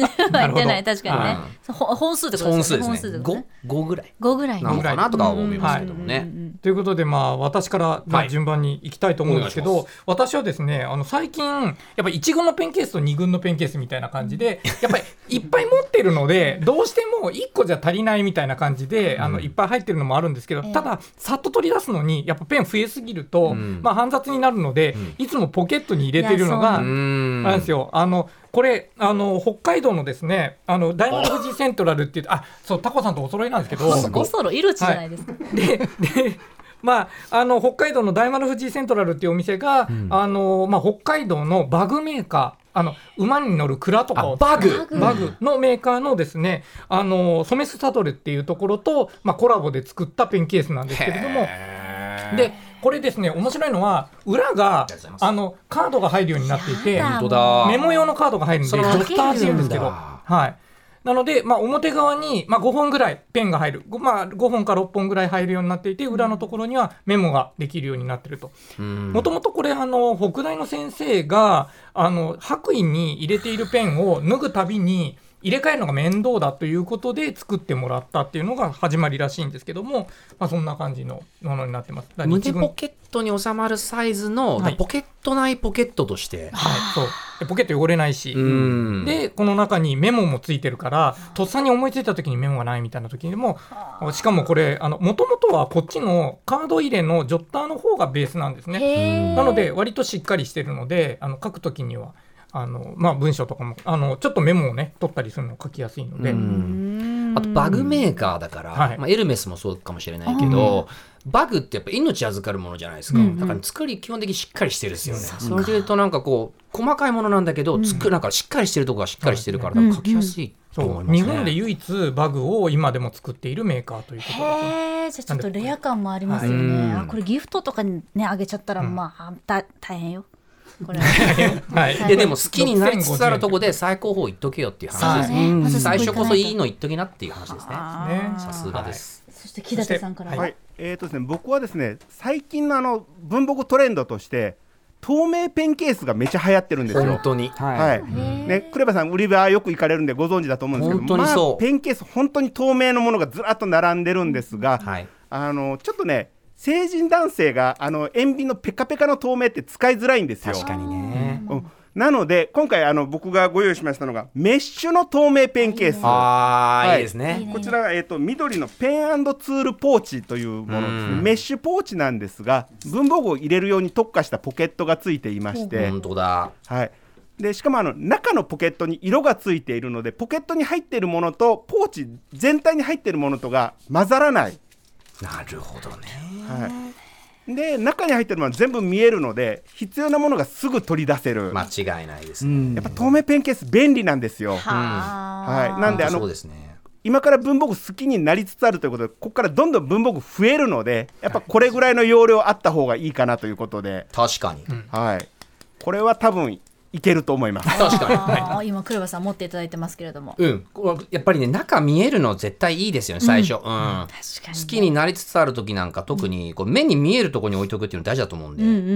ってない確かにね、うん、本数ってことですね。 本数ですね。 本数ご, ごぐらいごぐらいなのかなとか思いますけどもね。 ということで、まあ、私から、まあ、順番に行きたいと思うんですけど、はい、私はですねあの最近やっぱりいち軍のペンケースとに軍のペンケースみたいな感じでやっぱりいっぱい持ってるのでどうしてもいっこじゃ足りないみたいな感じで、うん、あのいっぱい入ってるのもあるんですけど、たださっと取り出すのにやっぱペン増えすぎると、うんまあ、煩雑になるので、うん、いつもポケットに入れてるのがあるんですよ。あのこれあの北海道のですねあの大丸富士セントラルっていうあそうタコさんとお揃いなんですけどおそろ色地じゃないですか、 はい、ででまあ、あの北海道の大丸富士セントラルっていうお店が、うんあのまあ、北海道のバグメーカーあの馬に乗る鞍とかをバグバグのメーカーのですねあのソメスサドルっていうところと、まあ、コラボで作ったペンケースなんですけれどもでこれですね面白いのは裏があのカードが入るようになっていてメモ用のカードが入るんでドッターっていうんですけどはいなので、まあ、表側に、まあ、ごほんぐらいペンが入る、まあ、ごほんかろっぽんぐらい入るようになっていて裏のところにはメモができるようになっていると。もともとこれあの北大の先生があの白衣に入れているペンを脱ぐたびに入れ替えるのが面倒だということで作ってもらったっていうのが始まりらしいんですけども、まあ、そんな感じのものになってます。 胸ポケットに収まるサイズの、はい、ポケット内ポケットとして、 はい、そうでポケット汚れないしでこの中にメモもついてるからとっさに思いついた時にメモがないみたいな時にもしかもこれもともとはこっちのカード入れのジョッターの方がベースなんですね。なので割としっかりしてるのであの書く時にはあのまあ、文章とかもあのちょっとメモをね取ったりするの書きやすいのであとバグメーカーだから、はいまあ、エルメスもそうかもしれないけどバグってやっぱ命預かるものじゃないですか、うんうん、だから作り基本的にしっかりしてるんですよね。それでいうとなんかこう細かいものなんだけど、うん、作なんかしっかりしてるところがしっかりしてるから、うん、書きやすいと思いますね。 日本で唯一バグを今でも作っているメーカーということです、 ね、へじゃあちょっとレア感もありますよね、はい、あこれギフトとかにねあげちゃったら、うん、まあ大変よこれはい、で, でも好きになりつつあるとこで最高峰言っとけよっていう話ですね、うん、最初こそいいの言っときなっていう話ですね。さすがです、 はい、そして木立さんからは、 はいえーとですね、僕はですね最近のあの文房具トレンドとして透明ペンケースがめちゃ流行ってるんですよ。 本当に、 はいね、クレバさん売り場よく行かれるんでご存知だと思うんですけど本当にそう、まあ、ペンケース本当に透明のものがずらっと並んでるんですが、はい、あのちょっとね成人男性があの塩ビのペカペカの透明って使いづらいんですよ。 確かにね、 うん、なので今回あの僕がご用意しましたのがメッシュの透明ペンケース。 あ、はい、いいですね。 こちらが、えーと、緑のペン&ツールポーチというものですね。メッシュポーチなんですが文房具を入れるように特化したポケットがついていまして本当だ、 はい、でしかもあの中のポケットに色がついているのでポケットに入っているものとポーチ全体に入っているものとが混ざらない。 なるほどね、 はいで中に入ってるものは全部見えるので必要なものがすぐ取り出せる。 間違いないですね。 やっぱ透明ペンケース便利なんですよ。はい、なんであのそうですね、 今から文房具好きになりつつあるということでここからどんどん文房具増えるのでやっぱこれぐらいの容量あった方がいいかなということで確かに、 はい、これは多分いけると思います。 確かに今クレバさん持っていただいてますけれども、 うん、やっぱりね中見えるの絶対いいですよね最初、うんうん、 確かに、ね、 好きになりつつある時なんか特にこう目に見えるところに置いとくっていうの大事だと思うんで、うんうんうん、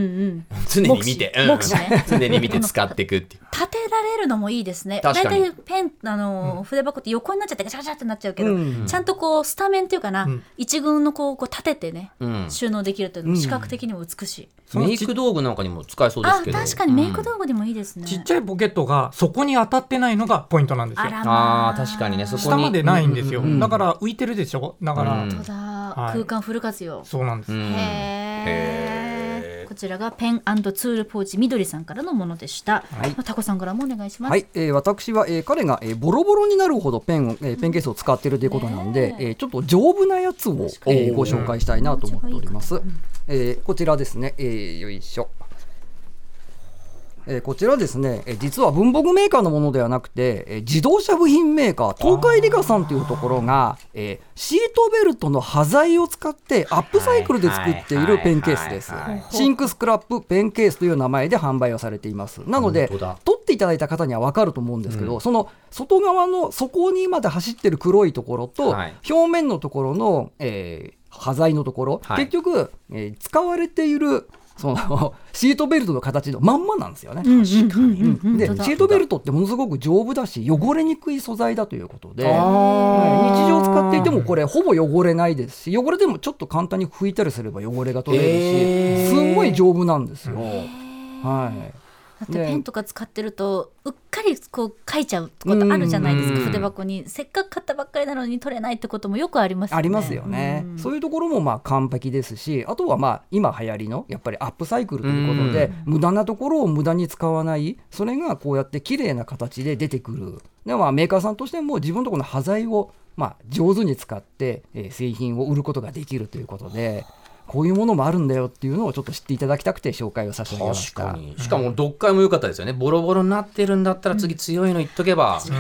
常に見て、うん、常に見て使っていくっていう立てられるのもいいですね。だいたいペンあの、うん、筆箱って横になっちゃってガチャガチャってなっちゃうけど、うん、ちゃんとこうスタメンっていうかな、うん、一群のこう、こう立ててね、うん、収納できるというのも視覚的にも美しい、 うん、メイク道具なんかにも使えそうですけど。 あ確かにメイク道具にもいいですね、うん、 ちっちゃいポケットがそこに当たってないのがポイントなんですよ。 あ, まあ確かにねそこに下までないんですよ、うん、だから浮いてるでしょ。だから、 うん、本当だ、はい、空間フル活用。 そうなんです、うん、 へーこちらがペン&ツールポーチ緑さんからのものでした、はい、タコさんからもお願いします。 はい、えー、私は、えー、彼が、えー、ボロボロになるほどペンを、えー、ペンケースを使っているということなので、えー、ちょっと丈夫なやつを、えー、ご紹介したいなと思っております、えー、こちらですね、えー、よいしょえー、こちらですね、えー、実は文房具メーカーのものではなくて、えー、自動車部品メーカー東海理科さんというところが、えー、シートベルトの端材を使ってアップサイクルで作っているペンケースです。シンクスクラップペンケースという名前で販売をされています。なので取っていただいた方には分かると思うんですけど、うん、その外側の底にまで走ってる黒いところと、はい、表面のところの、えー、端材のところ、はい、結局、えー、使われているそのシートベルトの形のまんまなんですよね。 確かに。 でシートベルトってものすごく丈夫だし汚れにくい素材だということで、日常使っていてもこれほぼ汚れないですし、汚れでもちょっと簡単に拭いたりすれば汚れが取れるし、えー、すんごい丈夫なんですよ。はい。 だってペンとか使ってるとうっかりこう書いちゃうことあるじゃないですか。筆箱にせっかく買ったばっかりなのに取れないってこともよくありますよね。 ありますよね、うん、そういうところもまあ完璧ですし、あとはまあ今流行りのやっぱりアップサイクルということで、無駄なところを無駄に使わない、それがこうやって綺麗な形で出てくる。でまあメーカーさんとしても自分のところの端材をまあ上手に使って、えー、製品を売ることができるということで、こういうものもあるんだよっていうのをちょっと知っていただきたくて紹介をさせてもらいました。 確かに。しかも読解も良かったですよね。ボロボロになってるんだったら次強いの言っとけば、うん、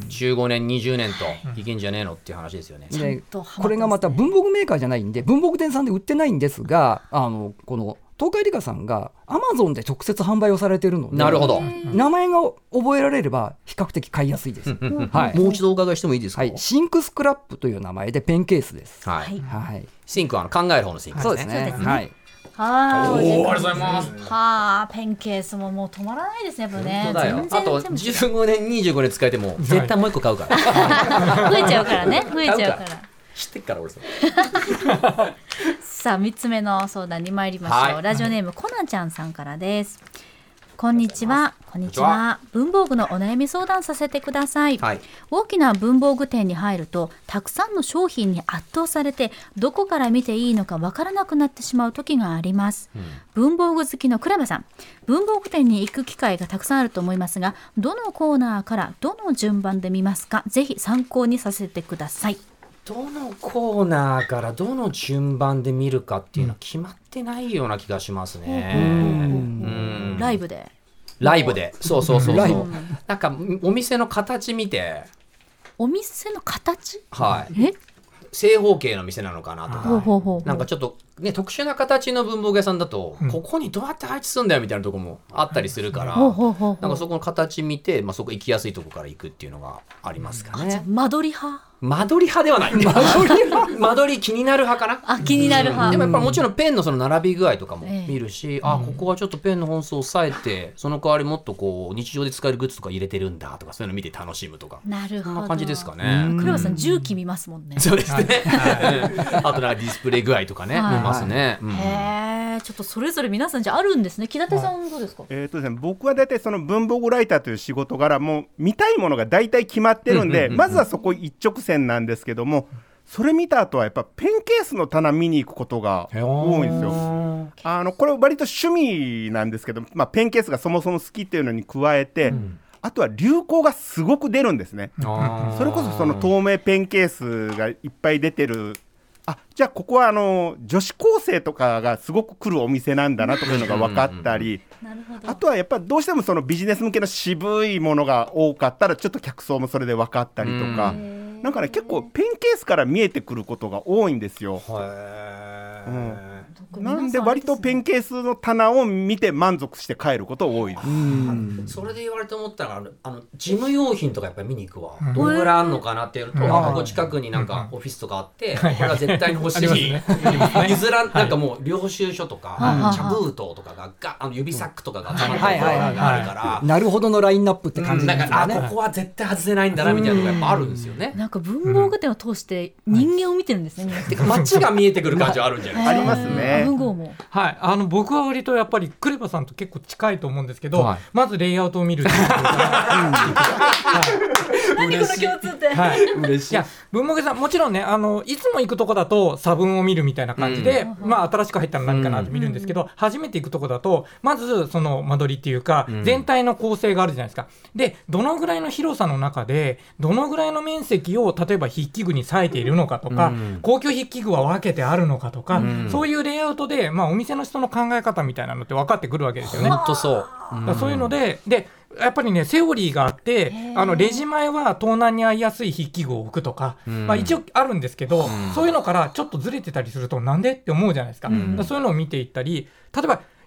じゅうごねんにじゅうねんといけんじゃねえのっていう話ですよね。 でこれがまた文房具メーカーじゃないんで文房具店さんで売ってないんですが、あのこの東海理科さんがアマゾンで直接販売をされているので、 なるほど、 名前が覚えられれば比較的買いやすいです、 はい、もう一度お伺いしてもいいですか。 はい、シンクスクラップという名前でペンケースです。 はいはい、 シンクはあの考える方のシンクですね。 そうですね。はい。 はおー、ありがとうございます。 はあ、ペンケースももう止まらないですね、やっぱね。 本当だよ。あとじゅうごねんにじゅうごねん使えても絶対もう一個買うから。 増えちゃうからね。増えちゃうから。 知ってっから俺それ。 さあみっつめの相談に参りましょう、はい、ラジオネームコナちゃんさんからです。こんにちは。こんにちは。文房具のお悩み相談させてください、はい、大きな文房具店に入るとたくさんの商品に圧倒されてどこから見ていいのかわからなくなってしまう時があります、うん、文房具好きの倉部さん、文房具店に行く機会がたくさんあると思いますが、どのコーナーからどの順番で見ますか。ぜひ参考にさせてください。 どのコーナーからどの順番で見るかっていうのは決まってないような気がしますね、うん、 ライブでライブでそうそうそうそう、なんかお店の形見て、 お店の形、 はい、え正方形の店なのかなとか、なんかちょっとね特殊な形の文房具屋さんだと、うん、ここにどうやって配置するんだよみたいなところもあったりするから、うん、なんかそこの形見て、まあ、そこ行きやすいところから行くっていうのがありますかね。 間取り派間取り派ではない間取り派間取り気になる派かな。 あ、気になる派、うん、 でもやっぱもちろんペンのその並び具合とかも見るし、えー、あここはちょっとペンの本数を抑えてその代わりもっとこう日常で使えるグッズとか入れてるんだとかそういうの見て楽しむとか、 なるほど、 そんな感じですかね。 黒羽さん重機見ますもんね。 そうですね、はい、あとなんかディスプレイ具合とかね、はい、見ますね、うん、 へえ、ちょっとそれぞれ皆さんじゃあるんですね。木立さんどうですか。 えーとですね、僕は大体その文房具ライターという仕事柄もう見たいものが大体決まってるんで、まずはそこ一直線なんですけども、それ見た後はやっぱペンケースの棚見に行くことが多いんですよ。あのこれ割と趣味なんですけど、まあ、ペンケースがそもそも好きっていうのに加えて、うん、あとは流行がすごく出るんですね。それこそその透明ペンケースがいっぱい出てる、あじゃあここはあの女子高生とかがすごく来るお店なんだなというのが分かったりあとはやっぱりどうしてもそのビジネス向けの渋いものが多かったらちょっと客層もそれで分かったりとか、なんかね結構ペンケースから見えてくることが多いんですよ。へー、うん、なんで割とペンケースの棚を見て満足して帰ること多いです。うん、 それで言われて思ったらあの事務用品とかやっぱり見に行くわ、うん、どんぐらいあんのかなってやると、うん、ここ近くになんかオフィスとかあって、うん、これは絶対に欲しい、ね、譲らん、なんかもう領収書とか、はい、茶封筒とかががあの指サックとかが集まったところがあるから、 なるほどのラインナップって感じなんですかね。 なんかあここは絶対外せないんだなみたいなのがやっぱあるんですよね。 なんか文房具店を通して人間を見てるんですね、うん、 てか街が見えてくる感じはあるんじゃないですか。 ありますね。 文房も、 はい、あの僕は割とやっぱりクレバさんと結構近いと思うんですけど、はい、まずレイアウトを見るっていうことが、 はい、何この共通点、はい、 嬉しい。いや文房具さんもちろんね、あのいつも行くとこだと差分を見るみたいな感じで、うん、まあ新しく入ったら何かなって見るんですけど、うん、初めて行くとこだとまずその間取りっていうか、うん、全体の構成があるじゃないですか。でどのぐらいの広さの中でどのぐらいの面積を例えば筆記具に割いているのかとか、うん、高級筆記具は分けてあるのかとか、うん、そういうレイアウトで、まあ、お店の人の考え方みたいなのって分かってくるわけですよね。 本当そう、うん、 だそういうので、でやっぱりねセオリーがあって、あのレジ前は盗難に遭いやすい筆記具を置くとか、うん、まあ、一応あるんですけど、うん、そういうのからちょっとずれてたりするとなんでって思うじゃないですか、うん、だそういうのを見ていったり、例えば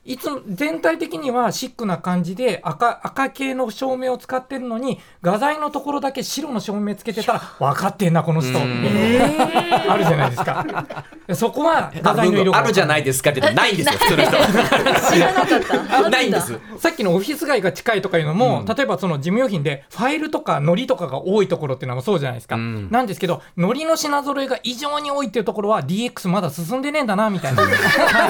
いつも全体的にはシックな感じで 赤, 赤系の照明を使ってるのに画材のところだけ白の照明つけてたら分かってんなこの人、えー、あるじゃないですか。そこは画材の色があるじゃないですかって言ってないんですよ普通の人知らなかったないんです。 さっきのオフィス街が近いとかいうのも、うん、例えばその事務用品でファイルとか糊とかが多いところっていうのもそうじゃないですか、うん、なんですけど糊の品揃えが異常に多いっていうところは ディーエックス まだ進んでねえんだなみたいなそこ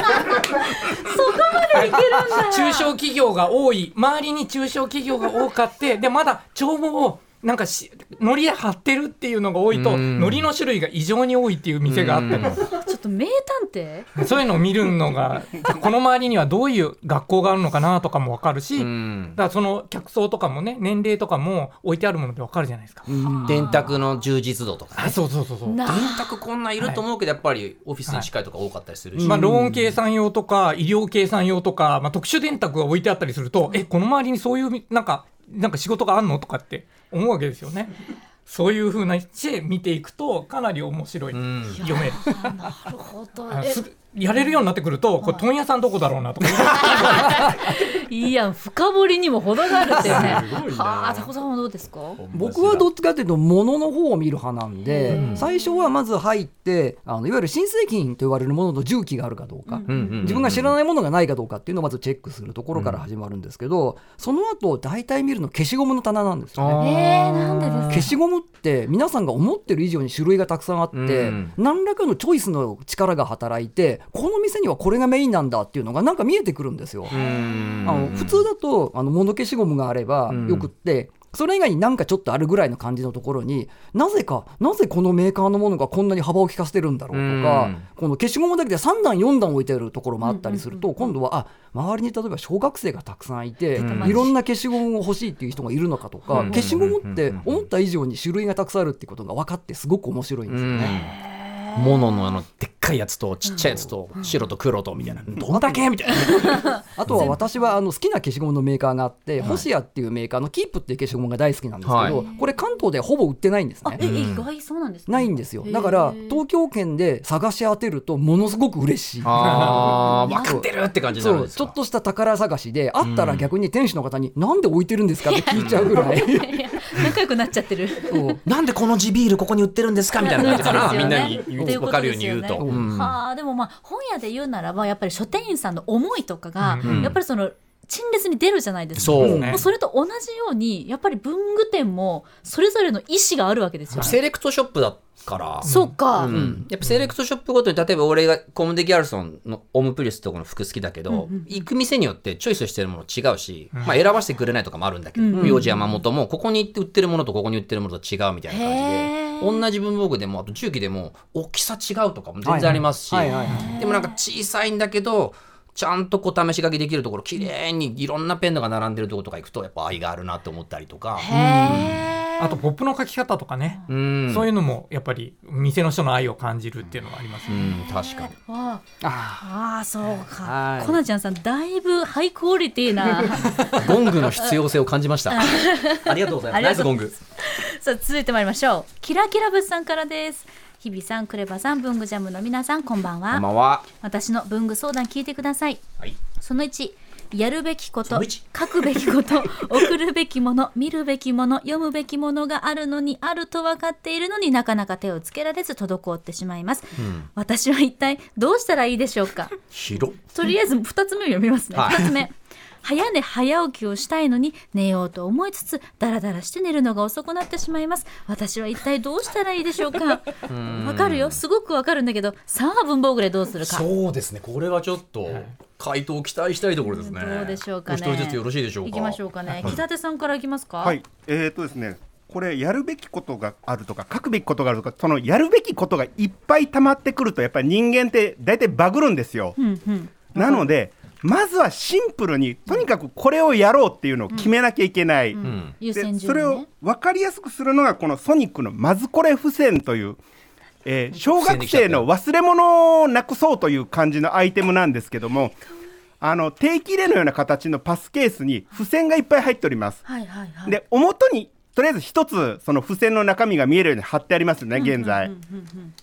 までいけるんだ。中小企業が多い、周りに中小企業が多かってでまだ帳簿をなんかし糊で貼ってるっていうのが多いと糊の種類が異常に多いっていう店があったりちょっと名探偵そういうのを見るのがこの周りにはどういう学校があるのかなとかも分かるし、だからその客層とかもね年齢とかも置いてあるもので分かるじゃないですか。 電卓の充実度とか、ね、 あそうそうそうそう電卓こんないると思うけど、はい、やっぱりオフィスに近いとか多かったりするし、 はいまあ、ローン計算用とか医療計算用とか、まあ、特殊電卓が置いてあったりするとえこの周りにそういうなんかなんか仕事があんのとかって思うわけですよね。そういう風な位置で見ていくとかなり面白い、うん、読める。 なるほど。 やれるようになってくるとこれ問屋さんどこだろうなとかいや深掘りにも程があるっていうね。はあ、タコさんはどうですか？ 僕はどっちかというと物の方を見る派なんで、うん、最初はまず入ってあのいわゆる新製品と言われるものの重機があるかどうか、うん、自分が知らないものがないかどうかっていうのをまずチェックするところから始まるんですけど、うん、その後大体見るの消しゴムの棚なんですよね。 えー、なんでですか？ 消しゴムって皆さんが思ってる以上に種類がたくさんあって、うん、何らかのチョイスの力が働いてこの店にはこれがメインなんだっていうのがなんか見えてくるんですよ。あの普通だとあの物消しゴムがあればよくって、それ以外になんかちょっとあるぐらいの感じのところになぜかなぜこのメーカーのものがこんなに幅を利かせてるんだろうとか、この消しゴムだけでさん段よん段置いてあるところもあったりすると、今度はあ周りに例えば小学生がたくさんいていろんな消しゴムを欲しいっていう人がいるのかとか、消しゴムって思った以上に種類がたくさんあるっていうことが分かってすごく面白いんですよね。 モノのあのでっかいやつとちっちゃいやつと白と黒とみたいな、どんだけみたいなあとは私はあの好きな消しゴムのメーカーがあって、ホシアっていうメーカーのキープっていう消しゴムが大好きなんですけど、はい、これ関東ではほぼ売ってないんですね。 あえ意外そうなんですね。 ないんですよ。だから東京圏で探し当てるとものすごく嬉しい。 あ分かってるって感じになるんですか。 そうちょっとした宝探しであったら逆に店主の方に、うん、なんで置いてるんですかって聞いちゃうぐらい仲良くなっちゃってるなんでこの地ビールここに売ってるんですかみたいな感じかな、みんなに分かるように言うと。 うん、はあ、でもまあ本屋で言うならばやっぱり書店員さんの思いとかが、うん、やっぱりその陳列に出るじゃないですか。そう、ね、もうそれと同じようにやっぱり文具店もそれぞれの意思があるわけですよ。 セレクトショップだから、 そう、か、 うん、やっぱセレクトショップごとに例えば俺がコムデ・ギャルソンのオムプリスとかの服好きだけど、うんうん、行く店によってチョイスしてるもの違うし、うんまあ、選ばせてくれないとかもあるんだけど、名、うん、字山本もここに行って売ってるものとここに売ってるものと違うみたいな感じで、同じ文房具でもあと重機でも大きさ違うとかも全然ありますし、はいはいはいはい、でもなんか小さいんだけどちゃんとこう試し書きできるところ綺麗にいろんなペンが並んでるところとか行くとやっぱ愛があるなと思ったりとか、 あとポップの書き方とかね、うん、そういうのもやっぱり店の人の愛を感じるっていうのがありますね、 うん、確かに。 ああ、そうか。コナちゃんさんだいぶハイクオリティなゴングの必要性を感じましたありがとうございます。ナイスゴング。 さあ続いてまいりましょう。キラキラブスさんからです。日比さん、クレバさん、文具ジャムの皆さん、こんばんは。 こんばんは。 私の文具相談聞いてください、はい、そのいち、やるべきこと、書くべきこと送るべきもの、見るべきもの、読むべきものがあるのにあると分かっているのになかなか手をつけられず滞ってしまいます、うん、私は一体どうしたらいいでしょうか。 広とりあえずふたつめを読みますね、はい、ふたつめ、早寝早起きをしたいのに寝ようと思いつつダラダラして寝るのが遅くなってしまいます。私は一体どうしたらいいでしょうか。わかるよ、すごくわかるんだけど、さあ文房具でどうするか。 そうですね、これはちょっと回答を期待したいところですね。 どうでしょうかね。 お一人ずつよろしいでしょうか。 いきましょうかね。木立さんからいきますか。 はい、えーとですねこれやるべきことがあるとか書くべきことがあるとか、そのやるべきことがいっぱい溜まってくるとやっぱり人間って大体バグるんですよ、うんうん、なのでまずはシンプルにとにかくこれをやろうっていうのを決めなきゃいけない、うんうん、でそれを分かりやすくするのがこのソニックのまずこれ付箋という、えー、小学生の忘れ物をなくそうという感じのアイテムなんですけども、あの定期入れのような形のパスケースに付箋がいっぱい入っております、はいはいはい、で表にとりあえず一つその付箋の中身が見えるように貼ってありますよね現在、うんうんうんうん、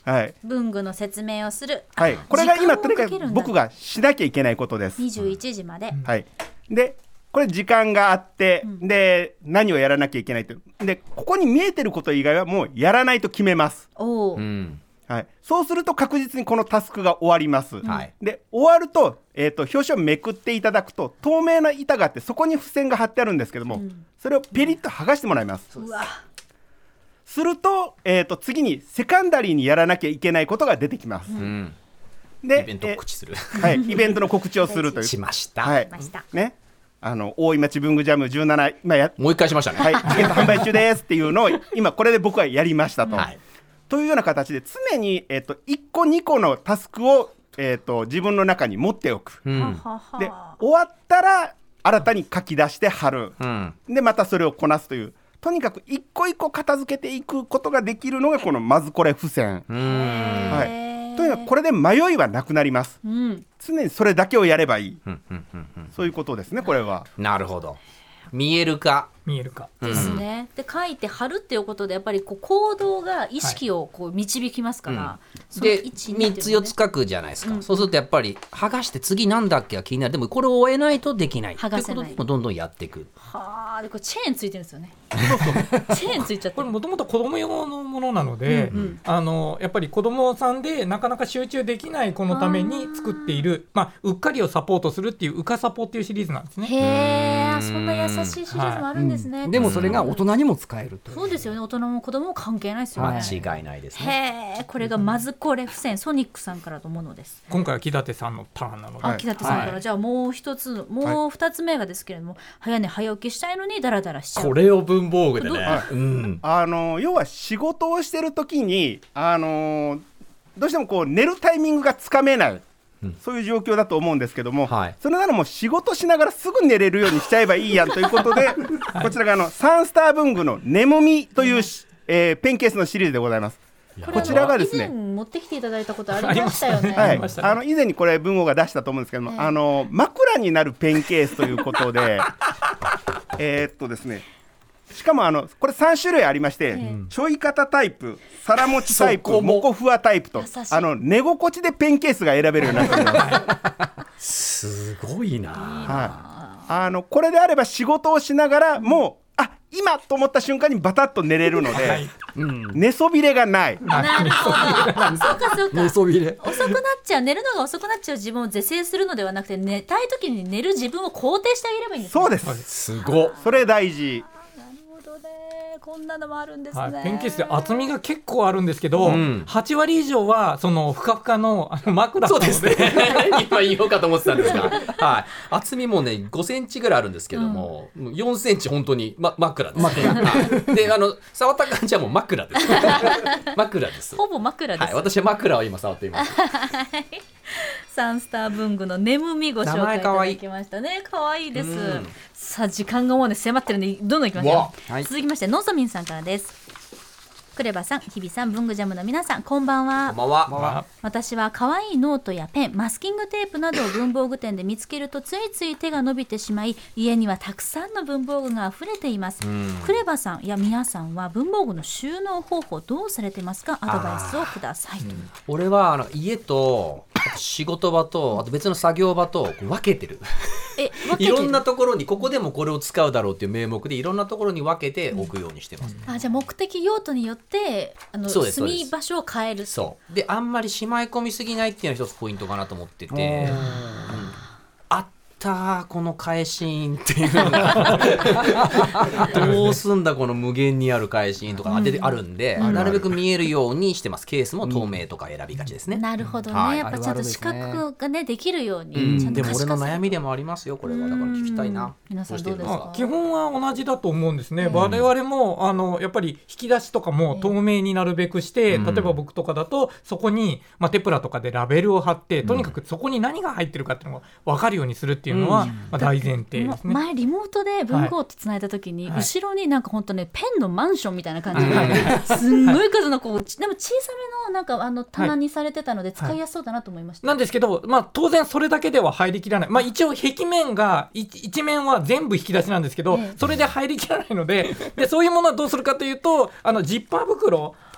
はい、 文具の説明をする、 はい、これが今とにかく時間をかけるんだ僕がしなきゃいけないことです。 にじゅういちじまで、 はい、でこれ時間があって、うん、で何をやらなきゃいけないとでここに見えてること以外はもうやらないと決めます。 お、 うんはい、そうすると確実にこのタスクが終わります、 はい、 で終わると、えーと、表紙をめくっていただくと透明な板があってそこに付箋が貼ってあるんですけども、うん、それをペリッと剥がしてもらいます。 うわすると、えーと、次にセカンダリーにやらなきゃいけないことが出てきます、うん、でイベントを告知する、 はい、イベントの告知をするというしました、 はいね、あの大井町文具ジャムじゅうなな今やもう一回しましたね、 はい、チケット販売中ですっていうのを今これで僕はやりましたと、 はい、 というような形で常に、えーと、いっこにこのタスクを、えーと、自分の中に持っておく、うん、で終わったら新たに書き出して貼る、うん、でまたそれをこなすというとにかく一個一個片付けていくことができるのがこのまずこれ付箋、 うん、 はい、とにかくこれで迷いはなくなります、うん、常にそれだけをやればいい、うんうんうんうん、そういうことですね。これはなるほど、見えるか見えるかですね、うん、で書いて貼るっていうことでやっぱりこう行動が意識をこう導きますから、はい、 うん、でみっつよっつ書くじゃないですか、うん、そうするとやっぱり剥がして次なんだっけが気になる。でもこれを終えないとできない剥がせないってことでどんどんやっていく。 はあ、でこれチェーンついてるんですよねチェーンついちゃってこれもともと子供用のものなので、うんうん、あのやっぱり子供さんでなかなか集中できない子のために作っている、まあ、うっかりをサポートするっていううかサポっていうシリーズなんですね。 へー、そんな優しいシリーズもあるんですね、 はい、うん、でもそれが大人にも使えるという。 そうですよね、大人も子供も関係ないですよね。 間違いないですね。 へー、これがまずこれ付箋ソニックさんからのものです。 今回は木立さんのターンなので、 あ、木立さんから、はい、じゃあもう一つもう二つ目がですけれども、はい、早寝早起きしたいのにダラダラしちゃう。 これを文房具でね、はい、うん、 あの要は仕事をしてる時にあのどうしてもこう寝るタイミングがつかめない、うん、そういう状況だと思うんですけども、はい、それならもう仕事しながらすぐ寝れるようにしちゃえばいいやんということで、はい、こちらがあのサンスター文具の眠みという、えー、ペンケースのシリーズでございます。こちらがですね、 以前持ってきていただいたことありましたよね。 はい、あの以前にこれ文豪が出したと思うんですけども、えー、あの枕になるペンケースということでえっとですね、しかもあのこれさん種類ありまして、えー、ちょい型タイプ、皿持ちタイプ、モコふわタイプと、あの寝心地でペンケースが選べるようになっていますすごいな、 はい、あのこれであれば仕事をしながらもう、あ、今と思った瞬間にバタッと寝れるので、はい、うん、寝そびれがない。 なるほどそうかそうか、 寝そびれ遅くなっちゃう、寝るのが遅くなっちゃう自分を是正するのではなくて、寝たい時に寝る自分を肯定してあげればいいんです、ね、 そうです。 すごっ、 それ大事。 こんなのもあるんですね、 はい、ペンケースで厚みが結構あるんですけど、うん、はちわり以上はそのふかふか の, あの枕なので、 そうですね今言おうかと思ってたんですが、はい、厚みもねごセンチぐらいあるんですけども、うん、よんセンチ本当に、ま、枕ですね、はい、であの触った感じはもう枕です枕ですほぼ枕です、 はい、私は枕を今触っていますサンスター文具の眠みご紹介いただきましたね。かわいいです、うん、さあ時間がもうね迫ってるんでどんどんいきますよ、はい、続きましてのぞみんさんからです。クレバさん、日比さん、文具ジャムの皆さん、こんばんは。 こんばんは。 私は可愛いノートやペン、マスキングテープなどを文房具店で見つけるとついつい手が伸びてしまい、家にはたくさんの文房具が溢れています。クレバさんや皆さんは文房具の収納方法どうされてますか？アドバイスをくださいと。うん、 俺はあの家と仕事場とあと別の作業場と分けてるえいろんなところにここでもこれを使うだろうっていう名目でいろんなところに分けて置くようにしてます、 うん、あ、じゃあ目的用途によってあの住み場所を変える。 そうで、あんまりしまい込みすぎないっていうのが一つポイントかなと思ってて、うん、あったこの返し印っていうのがどうすんだこの無限にある返し印とか当ててあるんで、うん、なるべく見えるようにしてます。ケースも透明とか選びがちですね、うん、 なるほどね、はい、やっぱちゃんと視覚が、ね、できるように、 うん、 ちゃんとでも俺の悩みでもありますよこれは。だから聞きたいな。 皆さんどうですか？ 基本は同じだと思うんですね、うん、我々もあのやっぱり引き出しとかも透明になるべくして、うん、例えば僕とかだとそこに、まあ、テプラとかでラベルを貼って、うん、とにかくそこに何が入ってるかっていうのが分かるようにするっていうのは、うん、まあ、大前提ですね。 前リモートで文豪とつないだ時に、はい、後ろになんか本当ねペンのマンションみたいな感じで、はい、すんごい数のこう、はい、でも小さめのなんかあの棚にされてたので使いやすそうだなと思いました、 はい、なんですけど、まあ、当然それだけでは入りきらない、まあ、一応壁面が一面は全部引き出しなんですけど、ええ、それで入りきらないので、でそういうものはどうするかというとあのジッパー袋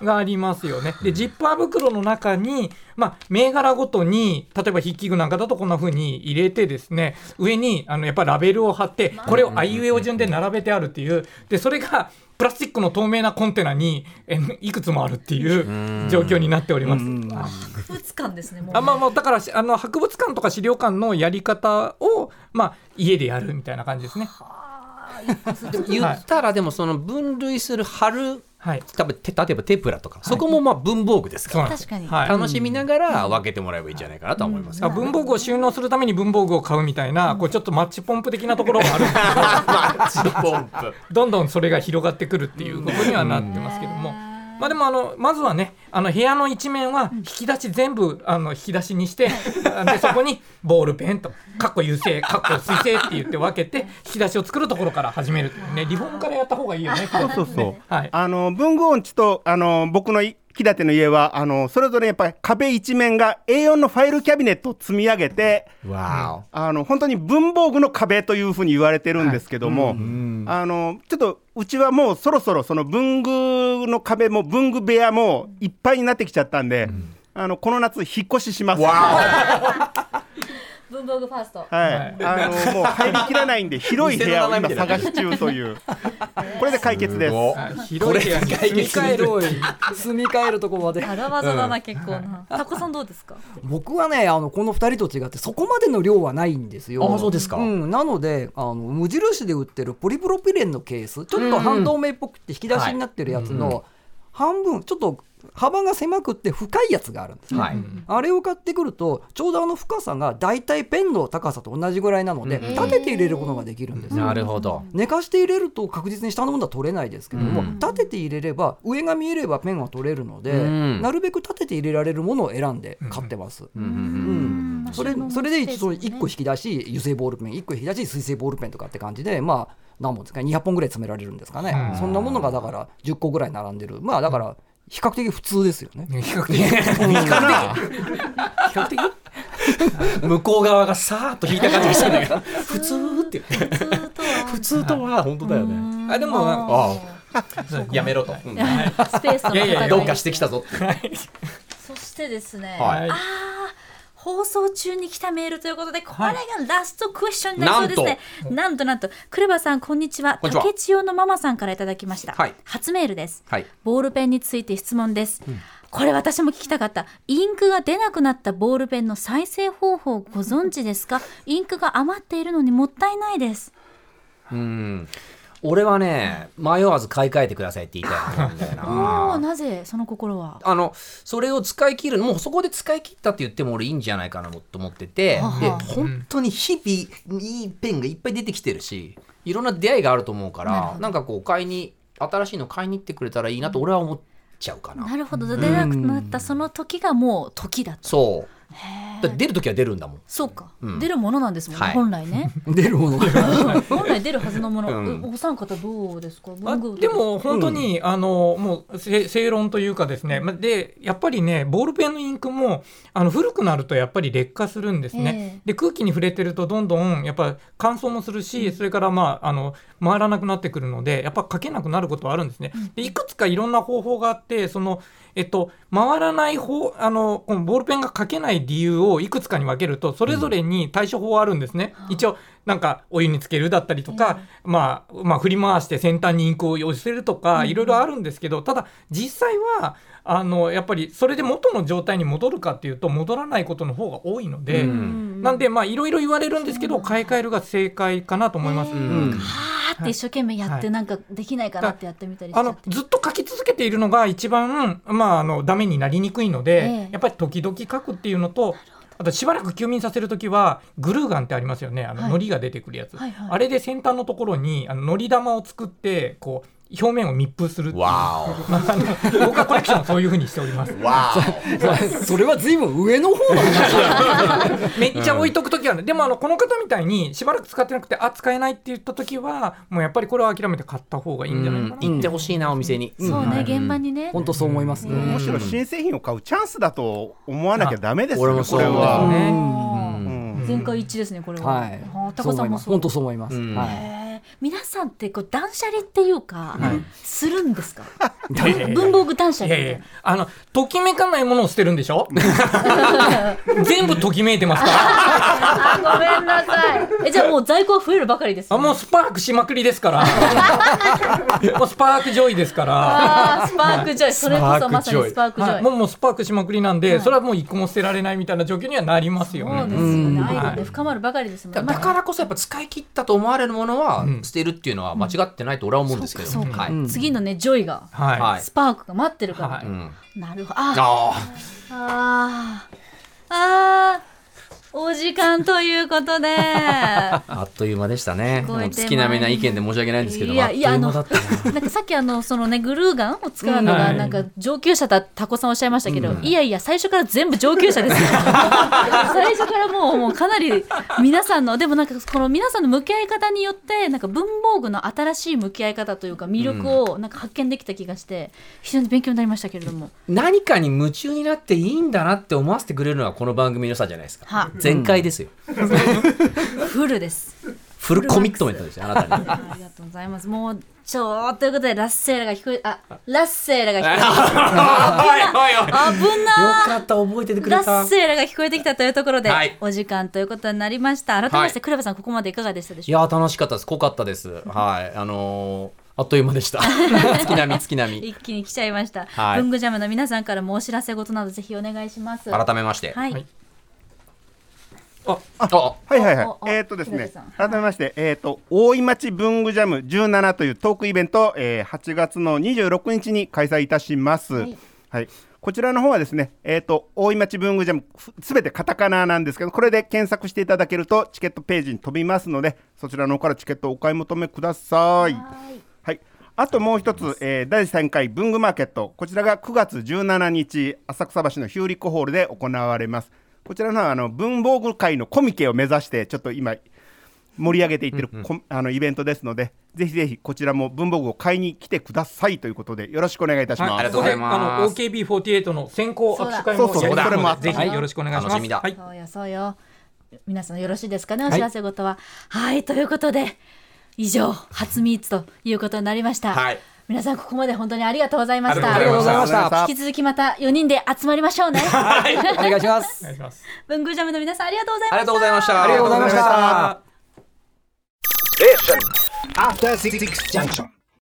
がありますよね。でジッパー袋の中に、まあ、銘柄ごとに例えば筆記具なんかだとこんな風に入れてですね、上にあのやっぱりラベルを貼ってこれをあいうえお順で並べてあるっていう、でそれがプラスチックの透明なコンテナにえいくつもあるっていう状況になっております。 博物館ですね。もうねあまあまあだからあの博物館とか資料館のやり方を、まあ、家でやるみたいな感じですね。 でも言ったらでもその分類する貼る、 はい、 多分例えばテプラとか、はい、そこもまあ文房具ですから、 確かに、 はい、 楽しみながら分けてもらえばいいんじゃないかなと思います、 うんうん、文房具を収納するために文房具を買うみたいな、うん、こうちょっとマッチポンプ的なところもあるんですけどマッチポンプどんどんそれが広がってくるっていうことにはなってますけども、まあ、でもあのまずはね、あの部屋の一面は引き出し全部あの引き出しにしてでそこにボールペンとかっこ油性かっこ水性って言って分けて引き出しを作るところから始めるというね、リフォームからやった方がいいよね。 そうそうそう、 はい、あの文具音痴とあの僕の木立の家はあのそれぞれやっぱり壁一面が エーよん のファイルキャビネットを積み上げて、 わあの本当に文房具の壁というふうに言われてるんですけども、はい、あのちょっとうちはもうそろそろその文具の壁も文具部屋もいっぱいになってきちゃったんで、うん、あのこの夏引っ越しします。 文房具ファースト、 はい、あのもう入りきらないんで広い部屋を今探し中というこれで解決です。 広い部屋に住み替える住み替えるところまで荒技だな、うん、結構な。タコさんどうですか？ 僕はね、あのこのふたりと違ってそこまでの量はないんですよ。 あ、そうですか、 うん、なのであの無印で売ってるポリプロピレンのケース、ちょっと半透明っぽくて引き出しになってるやつの半分ちょっと幅が狭くって深いやつがあるんですね、はい、あれを買ってくるとちょうどあの深さがだいたいペンの高さと同じぐらいなので、うん、立てて入れることができるんですよ。 なるほど。 寝かして入れると確実に下のものは取れないですけども、うん、立てて入れれば上が見えればペンは取れるので、うん、なるべく立てて入れられるものを選んで買ってます、うんうんうん、それ、それで一応いっこ引き出し油性ボールペン、いっこ引き出し水性ボールペンとかって感じで、まあ何本ですか、にひゃっぽんぐらい詰められるんですかね、うん、そんなものがだからじゅっこぐらい並んでる。まあだから比較的普通ですよね。 比較的比較的向こう側がさーっと引いた感じがしたんだけど普通って言って普通とは本当だよね。 あでもああやめろと、うん、 スペースとのいやいやどうかしてきたぞってそしてですね、 はい、 あ放送中に来たメールということで、これがラストクエスチョンになりそうですね。なんとなんとクレバさんこんにちは。竹千代のママさんからいただきました、はい、初メールです、はい、ボールペンについて質問です、うん、これ私も聞きたかった。インクが出なくなったボールペンの再生方法ご存知ですか？インクが余っているのにもったいないです。 うーん俺はね迷わず買い替えてくださいって言いたいと思うんだよなおなぜその心は？ あのそれを使い切る、もうそこで使い切ったって言っても俺いいんじゃないかなと思ってて、ははで本当に日々いいペンがいっぱい出てきてるし、いろんな出会いがあると思うから、なんかこう買いに新しいの買いに行ってくれたらいいなと俺は思っちゃうかな。 なるほど。出なくなったその時がもう時だと。 そうだ出るときは出るんだもん。 そうか、うん、出るものなんですもんね、はい、本来ね出るもの本来出るはずのもの、うん、お三方どうですか？ あでも本当に、うん、あのもう正論というかですね、でやっぱりねボールペンのインクもあの古くなるとやっぱり劣化するんですね、えー、で空気に触れてるとどんどんやっぱ乾燥もするし、うん、それからまああの回らなくなってくるのでやっぱ書けなくなることはあるんですね、うん、でいくつかいろんな方法があって、そのえっと、回らない方あのこのボールペンが書けない理由をいくつかに分けるとそれぞれに対処法はあるんですね、うん、一応なんかお湯につけるだったりとか、うんまあ、まあ振り回して先端にインクを寄せるとか、うん、いろいろあるんですけど、ただ実際はあのやっぱりそれで元の状態に戻るかっていうと戻らないことの方が多いので、うん、なんでまあいろいろ言われるんですけど買い替えるが正解かなと思います、うんはーって一生懸命やって、はい、なんかできないかなってやってみたりしちゃって、 あのずっと書き続けているのが一番、まあ、あのダメになりにくいので、えー、やっぱり時々書くっていうのと、あとしばらく休眠させるときはグルーガンってありますよね、あの、はい、糊が出てくるやつ、はいはい、あれで先端のところにあの糊玉を作ってこう表面を密封するっていう、 わまあ、あの僕はコレクションはそういう風にしておりますわそれは随分上の方なんですよめっちゃ置いとくときはね、うん、でもあのこの方みたいにしばらく使ってなくてあ使えないって言ったときはもうやっぱりこれは諦めて買った方がいいんじゃないかな、 うん、行ってほしいなお店に、 うん、そうね、現場にね、 本当そう思いますね、 むしろ新製品を買うチャンスだと思わなきゃダメですよね。 俺もそう思いますね、 全会一致ですねこれは、 はい、 高さんもそう、 本当そう思います、うんはい、 皆さんってこう断捨離っていうか、 はいするんですか？ いやいやいや文房具断捨い離みたいな。 やいやあのときめかないものを捨てるんでしょ全部ときめいてますからあ、ごめんなさい。え、じゃあもう在庫は増えるばかりですよね。 あもうスパークしまくりですからもうスパークジョイですからあースパークジョイ、それこそまさにスパークジョイ。 はい、もうもうスパークしまくりなんで、 はいそれはもう一個も捨てられないみたいな状況にはなりますよそうね。 ですよね。 ん愛がね深まるばかりですもんね。 だからこそやっぱ使い切ったと思われるものはうん捨てるっていうのは間違ってないと俺は思うんですけど、 そうかそうかはいうん次のねジョイがはい、 はいスパークが待ってるから。 はいうんなるほど。あああーあーお時間ということでーあっという間でしたね。もう聞こえて月並みな意見で申し訳ないんですけど、 いやいやあっという間だったな。 なんかさっきあのそのねグルーガンを使うのがはいなんか上級者だタコさんおっしゃいましたけど、いやいや最初から全部上級者ですよ最初からもうもうかなり皆さんのでもなんかこの皆さんの向き合い方によってなんか文房具の新しい向き合い方というか魅力をなんか発見できた気がして非常に勉強になりましたけれども、 何かに夢中になっていいんだなって思わせてくれるのはこの番組のさじゃないですか。 は全開ですよ。 フルですフルコミットメントですよあなたに。 ありがとうございます。もうちょということでラッセーラが聞こえあラッセーラが聞こえて危よなかった覚えててくれラたッ。セーラが聞こえてきたというところで、 はいお時間ということになりました。改めまして、クラブさんここまでいかがでしたでしいょうか？ やー楽しかったです濃かったです。はいあのーあっという間でした月並み月並み。 一気に来ちゃいました。 はい文具ジャムの皆さんからもお知らせ事などぜひお願いします。 改めまして、 はい。 はいあはいはいはいおお。 えーっとですね平手さん、 改めまして、えーっと大井町文具ジャムじゅうななというトークイベントを、えーはちがつのにじゅうろくにちに開催いたします。 ははいい。こちらの方はですね、えーっと大井町文具ジャムすべてカタカナなんですけど、これで検索していただけるとチケットページに飛びますので、そちらの方からチケットをお買い求めください。はい。あともう一つ、えーだいさんかい文具マーケット、こちらがくがつじゅうしちにち浅草橋のヒューリックホールで行われます。こちらのはあの文房具界のコミケを目指してちょっと今盛り上げていってる、こあのイベントですので、ぜひぜひこちらも文房具を買いに来てくださいということでよろしくお願いいたします。 ありがとうございますここであの オーケービーフォーティーエイト の先行握手会もそうだそうそうやりますそれもあったので、ぜひよろしくお願いします。 楽しみだはいそうよそうよ。皆さんよろしいですかねお知らせ事は。はい、ということで以上初ミーツということになりました。 はい皆さんここまで本当にありがとうございました。 ありがとうございました引き続きまたよにんで集まりましょうね。 お願いしますお願いします。 文具ジャムの皆さんありがとうございました。 ありがとうございました。 ありがとうございました。 After Six Junction